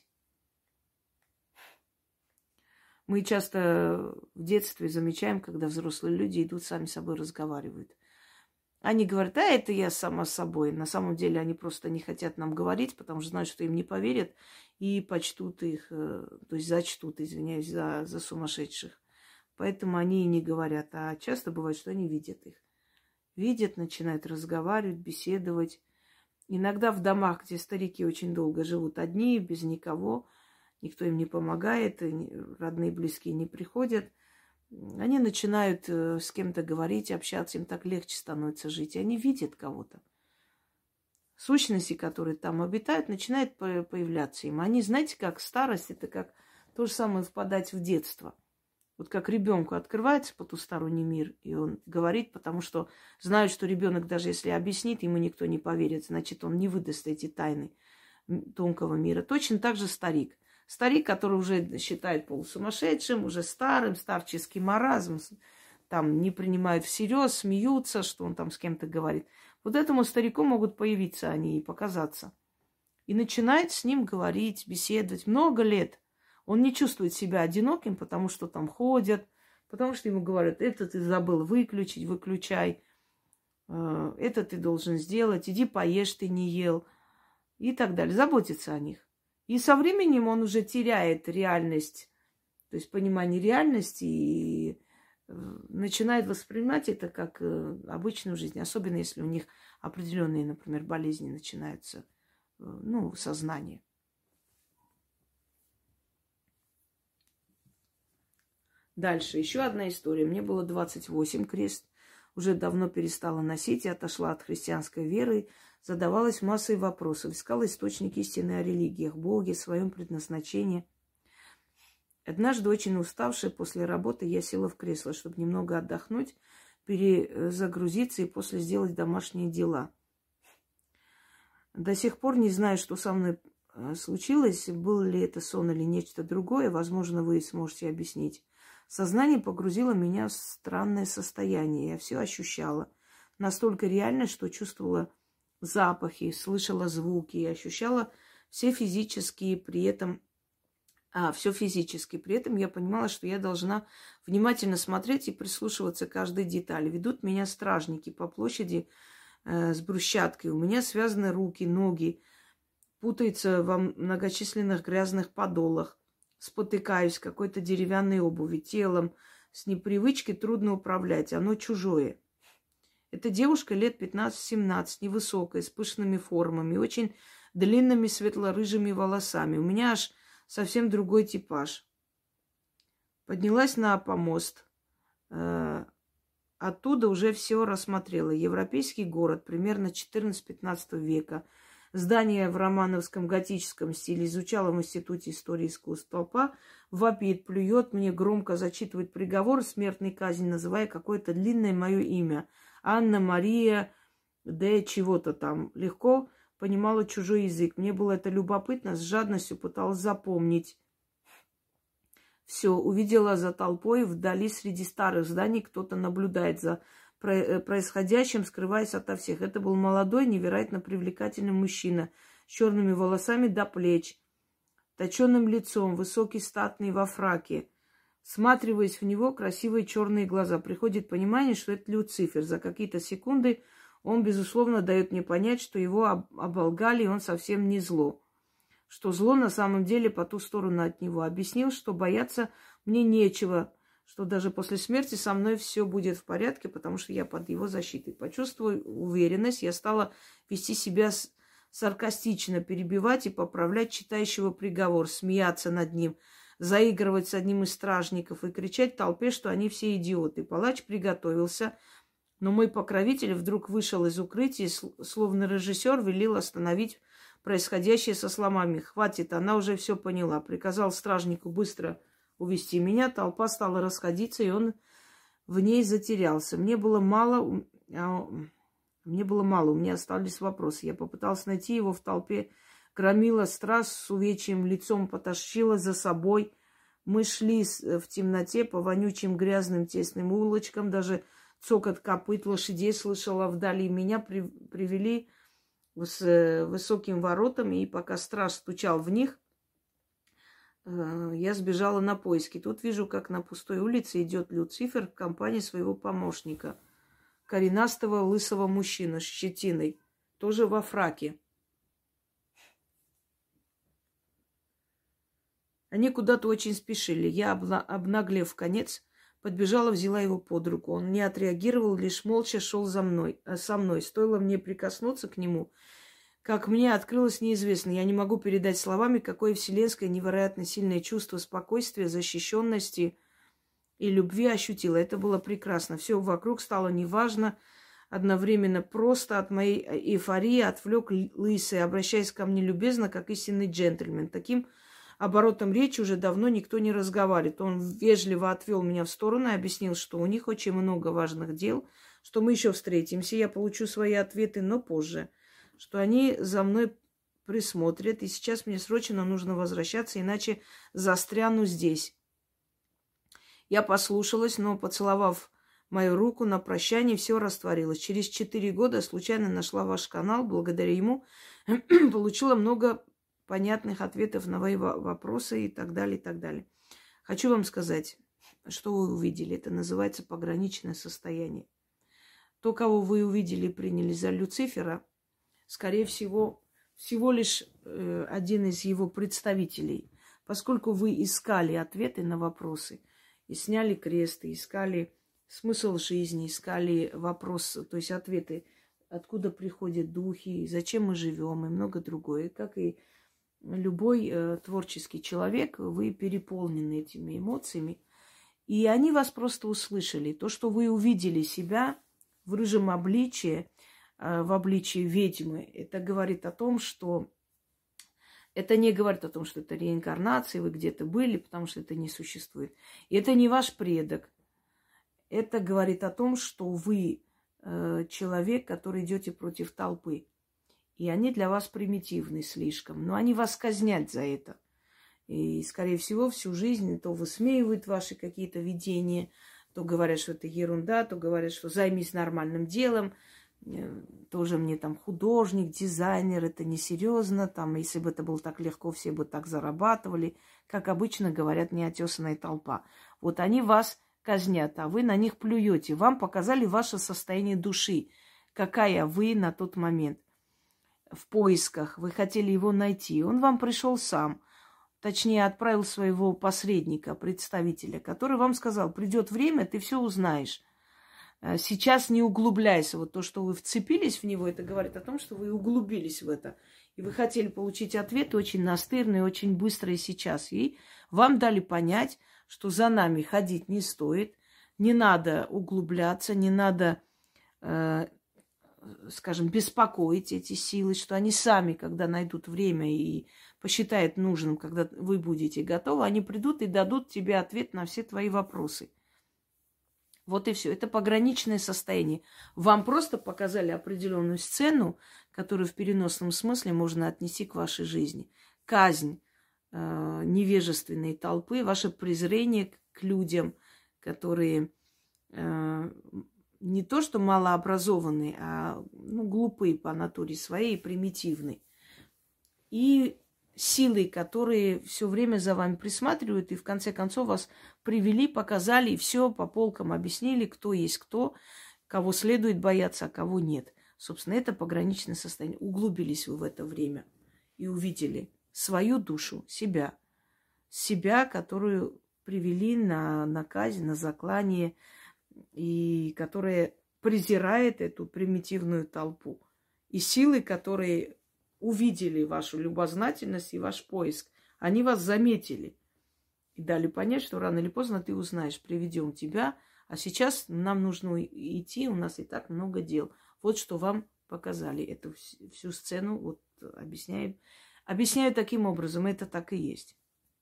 Мы часто в детстве замечаем, когда взрослые люди идут, сами с собой разговаривают. Они говорят, да, это я сама с собой. На самом деле они просто не хотят нам говорить, потому что знают, что им не поверят и почтут их, то есть зачтут, извиняюсь, за, за сумасшедших. Поэтому они и не говорят. А часто бывает, что они видят их. Видят, начинают разговаривать, беседовать. Иногда в домах, где старики очень долго живут одни, без никого, никто им не помогает, родные, близкие не приходят, они начинают с кем-то говорить, общаться, им так легче становится жить. И они видят кого-то. Сущности, которые там обитают, начинают появляться им. Они, знаете, как старость, это как то же самое впадать в детство. Вот как ребенку открывается потусторонний мир, и он говорит, потому что знают, что ребенок, даже если объяснит, ему никто не поверит, значит, он не выдаст эти тайны тонкого мира. Точно так же старик. Старик, который уже считает полусумасшедшим, уже старым, старческий маразм, там не принимают всерьез, смеются, что он там с кем-то говорит. Вот этому старику могут появиться они и показаться. И начинает с ним говорить, беседовать много лет. Он не чувствует себя одиноким, потому что там ходят, потому что ему говорят, это ты забыл выключить, выключай, это ты должен сделать, иди поешь, ты не ел, и так далее. Заботиться о них. И со временем он уже теряет реальность, то есть понимание реальности, и начинает воспринимать это как обычную жизнь, особенно если у них определенные, например, болезни начинаются, ну, в сознании. Дальше. Еще одна история. Мне было двадцать восемь, крест уже давно перестала носить и отошла от христианской веры. Задавалась массой вопросов. Искала источники истины о религиях, Боге, своем предназначении. Однажды, очень уставшая после работы, я села в кресло, чтобы немного отдохнуть, перезагрузиться и после сделать домашние дела. До сих пор не знаю, что со мной случилось, был ли это сон или нечто другое. Возможно, вы сможете объяснить. Сознание погрузило меня в странное состояние. Я все ощущала. Настолько реально, что чувствовала запахи, слышала звуки, и ощущала все физические, при этом, а, все физически. При этом я понимала, что я должна внимательно смотреть и прислушиваться к каждой детали. Ведут меня стражники по площади э, с брусчаткой. У меня связаны руки, ноги, путаются во многочисленных грязных подолах. Спотыкаюсь в какой-то деревянной обуви, телом с непривычки трудно управлять, оно чужое. Эта девушка лет пятнадцать-семнадцать, невысокая, с пышными формами, очень длинными светло-рыжими волосами. У меня аж совсем другой типаж. Поднялась на помост. Оттуда уже все рассмотрела. Европейский город, примерно четырнадцатого-пятнадцатого века. Здание в романовском готическом стиле. Изучала в Институте истории искусств. Толпа вопит, плюет, мне громко зачитывает приговор, смертной казни, называя какое-то длинное мое имя. Анна Мария де чего-то там. Легко понимала чужой язык. Мне было это любопытно, с жадностью пыталась запомнить. Все, увидела за толпой, вдали среди старых зданий кто-то наблюдает за происходящим, скрываясь ото всех. Это был молодой, невероятно привлекательный мужчина с черными волосами до плеч, точенным лицом, высокий, статный, во фраке. Всматриваясь в него, красивые черные глаза. Приходит понимание, что это Люцифер. За какие-то секунды он, безусловно, дает мне понять, что его оболгали, и он совсем не зло. Что зло на самом деле по ту сторону от него. Объяснил, что бояться мне нечего, что даже после смерти со мной все будет в порядке, потому что я под его защитой. Почувствовав уверенность, я стала вести себя саркастично, перебивать и поправлять читающего приговор, смеяться над ним, заигрывать с одним из стражников и кричать толпе, что они все идиоты. Палач приготовился, но мой покровитель вдруг вышел из укрытия, словно режиссер велел остановить происходящее со сломами. Хватит, она уже все поняла. Приказал стражнику быстро увести меня. Толпа стала расходиться, и он в ней затерялся. Мне было мало, а, мне было мало, у меня остались вопросы. Я попыталась найти его в толпе. Громила страж с увечьим лицом, потащила за собой. Мы шли в темноте по вонючим грязным тесным улочкам. Даже цокот копыт лошадей слышала вдали. Меня при, привели с высоким воротом, и пока страж стучал в них, я сбежала на поиски. Тут вижу, как на пустой улице идет Люцифер в компании своего помощника, коренастого лысого мужчины с щетиной, тоже во фраке. Они куда-то очень спешили. Я, обнаглев в конец, подбежала, взяла его под руку. Он не отреагировал, лишь молча шел за мной, со мной. Стоило мне прикоснуться к нему, как мне открылось неизвестно. Я не могу передать словами, какое вселенское невероятно сильное чувство спокойствия, защищенности и любви ощутила. Это было прекрасно. Все вокруг стало неважно, одновременно просто. От моей эйфории отвлек лысый, обращаясь ко мне любезно, как истинный джентльмен. Таким оборотом речи уже давно никто не разговаривает. Он вежливо отвел меня в сторону и объяснил, что у них очень много важных дел, что мы еще встретимся, я получу свои ответы, но позже, что они за мной присмотрят, и сейчас мне срочно нужно возвращаться, иначе застряну здесь. Я послушалась, но, поцеловав мою руку на прощание, все растворилось. Через четыре года случайно нашла ваш канал, благодаря ему получила много понятных ответов на мои вопросы и так далее, и так далее. Хочу вам сказать, что вы увидели. Это называется пограничное состояние. То, кого вы увидели и приняли за Люцифера, скорее всего, всего лишь э, один из его представителей. Поскольку вы искали ответы на вопросы, и сняли крест, и искали смысл жизни, искали вопрос, то есть ответы, откуда приходят духи, зачем мы живем, и много другое, как и любой э, творческий человек, вы переполнены этими эмоциями, и они вас просто услышали. То, что вы увидели себя в рыжем обличии, э, в обличии ведьмы, это говорит о том, что... Это не говорит о том, что это реинкарнация, вы где-то были, потому что это не существует. И это не ваш предок. Это говорит о том, что вы э, человек, который идете против толпы. И они для вас примитивны слишком. Но они вас казнят за это. И, скорее всего, всю жизнь то высмеивают ваши какие-то видения, то говорят, что это ерунда, то говорят, что займись нормальным делом. Тоже мне там художник, дизайнер, это несерьезно. Там, если бы это было так легко, все бы так зарабатывали. Как обычно говорят неотесанная толпа. Вот они вас казнят, а вы на них плюете. Вам показали ваше состояние души. Какая вы на тот момент. В поисках, вы хотели его найти. Он вам пришел сам. точнее, отправил своего посредника, представителя, который вам сказал, придет время, ты все узнаешь. Сейчас не углубляйся. Вот то, что вы вцепились в него, это говорит о том, что вы углубились в это. И вы хотели получить ответы очень настырные, очень быстрые сейчас. И вам дали понять, что за нами ходить не стоит, не надо углубляться, не надо, э, скажем, беспокоить эти силы, что они сами, когда найдут время и посчитают нужным, когда вы будете готовы, они придут и дадут тебе ответ на все твои вопросы. Вот и все. Это пограничное состояние. Вам просто показали определенную сцену, которую в переносном смысле можно отнести к вашей жизни. Казнь э, невежественной толпы, ваше презрение к людям, которые э, не то что малообразованные, а ну, глупые по натуре своей и примитивные. И силы, которые все время за вами присматривают и в конце концов вас привели, показали и все по полкам объяснили, кто есть кто, кого следует бояться, а кого нет. Собственно, это пограничное состояние. Углубились вы в это время и увидели свою душу, себя. Себя, которую привели на, на казнь, на заклание, и которая презирает эту примитивную толпу. И силы, которые увидели вашу любознательность и ваш поиск. Они вас заметили и дали понять, что рано или поздно ты узнаешь, приведем тебя, а сейчас нам нужно идти, у нас и так много дел. Вот что вам показали, эту всю сцену, вот объясняю, объясняю таким образом, это так и есть.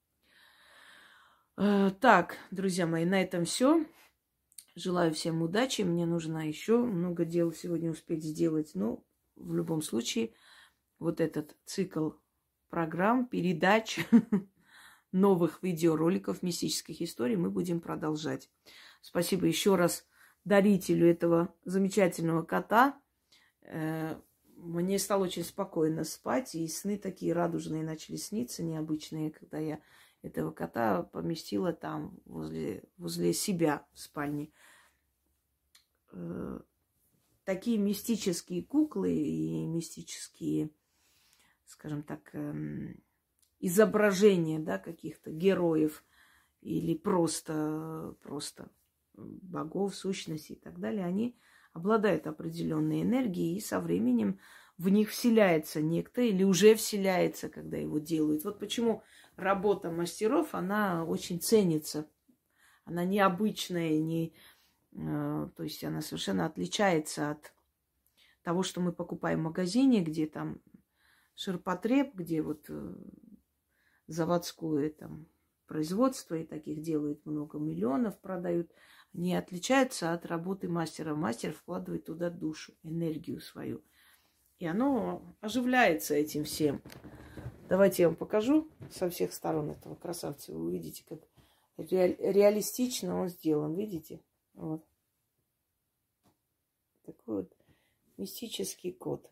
Так, друзья мои, на этом все. Желаю всем удачи, мне нужно еще много дел сегодня успеть сделать, но в любом случае вот этот цикл программ, передач, новых видеороликов, мистических историй мы будем продолжать. Спасибо еще раз дарителю этого замечательного кота. Мне стало очень спокойно спать, и сны такие радужные начали сниться, необычные, когда я этого кота поместила там, возле, возле себя в спальне. Такие мистические куклы и мистические, скажем так, изображения, да, каких-то героев или просто, просто богов, сущностей и так далее, они обладают определенной энергией, и со временем в них вселяется некто или уже вселяется, когда его делают. Вот почему работа мастеров, она очень ценится. Она необычная, не, э, то есть она совершенно отличается от того, что мы покупаем в магазине, где там ширпотреб, где вот э, заводское там производство, и таких делают много, миллионов продают. Не отличаются от работы мастера. Мастер вкладывает туда душу, энергию свою. И оно оживляется этим всем. Давайте я вам покажу со всех сторон этого красавца. Вы увидите, как ре- реалистично он сделан. Видите? Вот. Такой вот мистический кот.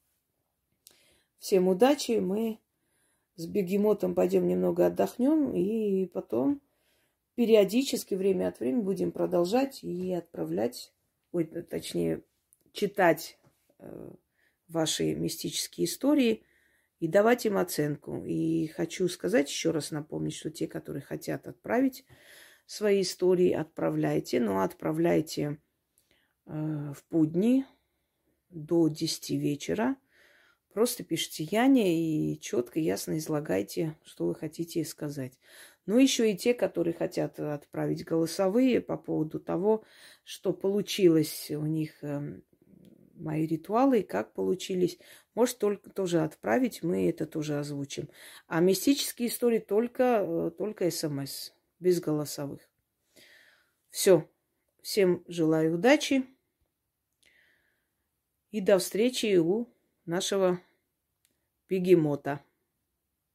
Всем удачи. Мы с бегемотом пойдем немного отдохнем. И потом периодически, время от времени, будем продолжать и отправлять, ой, точнее, читать э, ваши мистические истории и давать им оценку. И хочу сказать, еще раз напомнить, что те, которые хотят отправить свои истории, отправляйте, но отправляйте э, в будни до десяти вечера. Просто пишите Яне и четко, ясно излагайте, что вы хотите сказать. Ну, еще и те, которые хотят отправить голосовые по поводу того, что получилось у них, э, мои ритуалы, как получились. Может, только тоже отправить, мы это тоже озвучим. А мистические истории только, только смс, без голосовых. Все. Всем желаю удачи. И до встречи у нашего бегемота.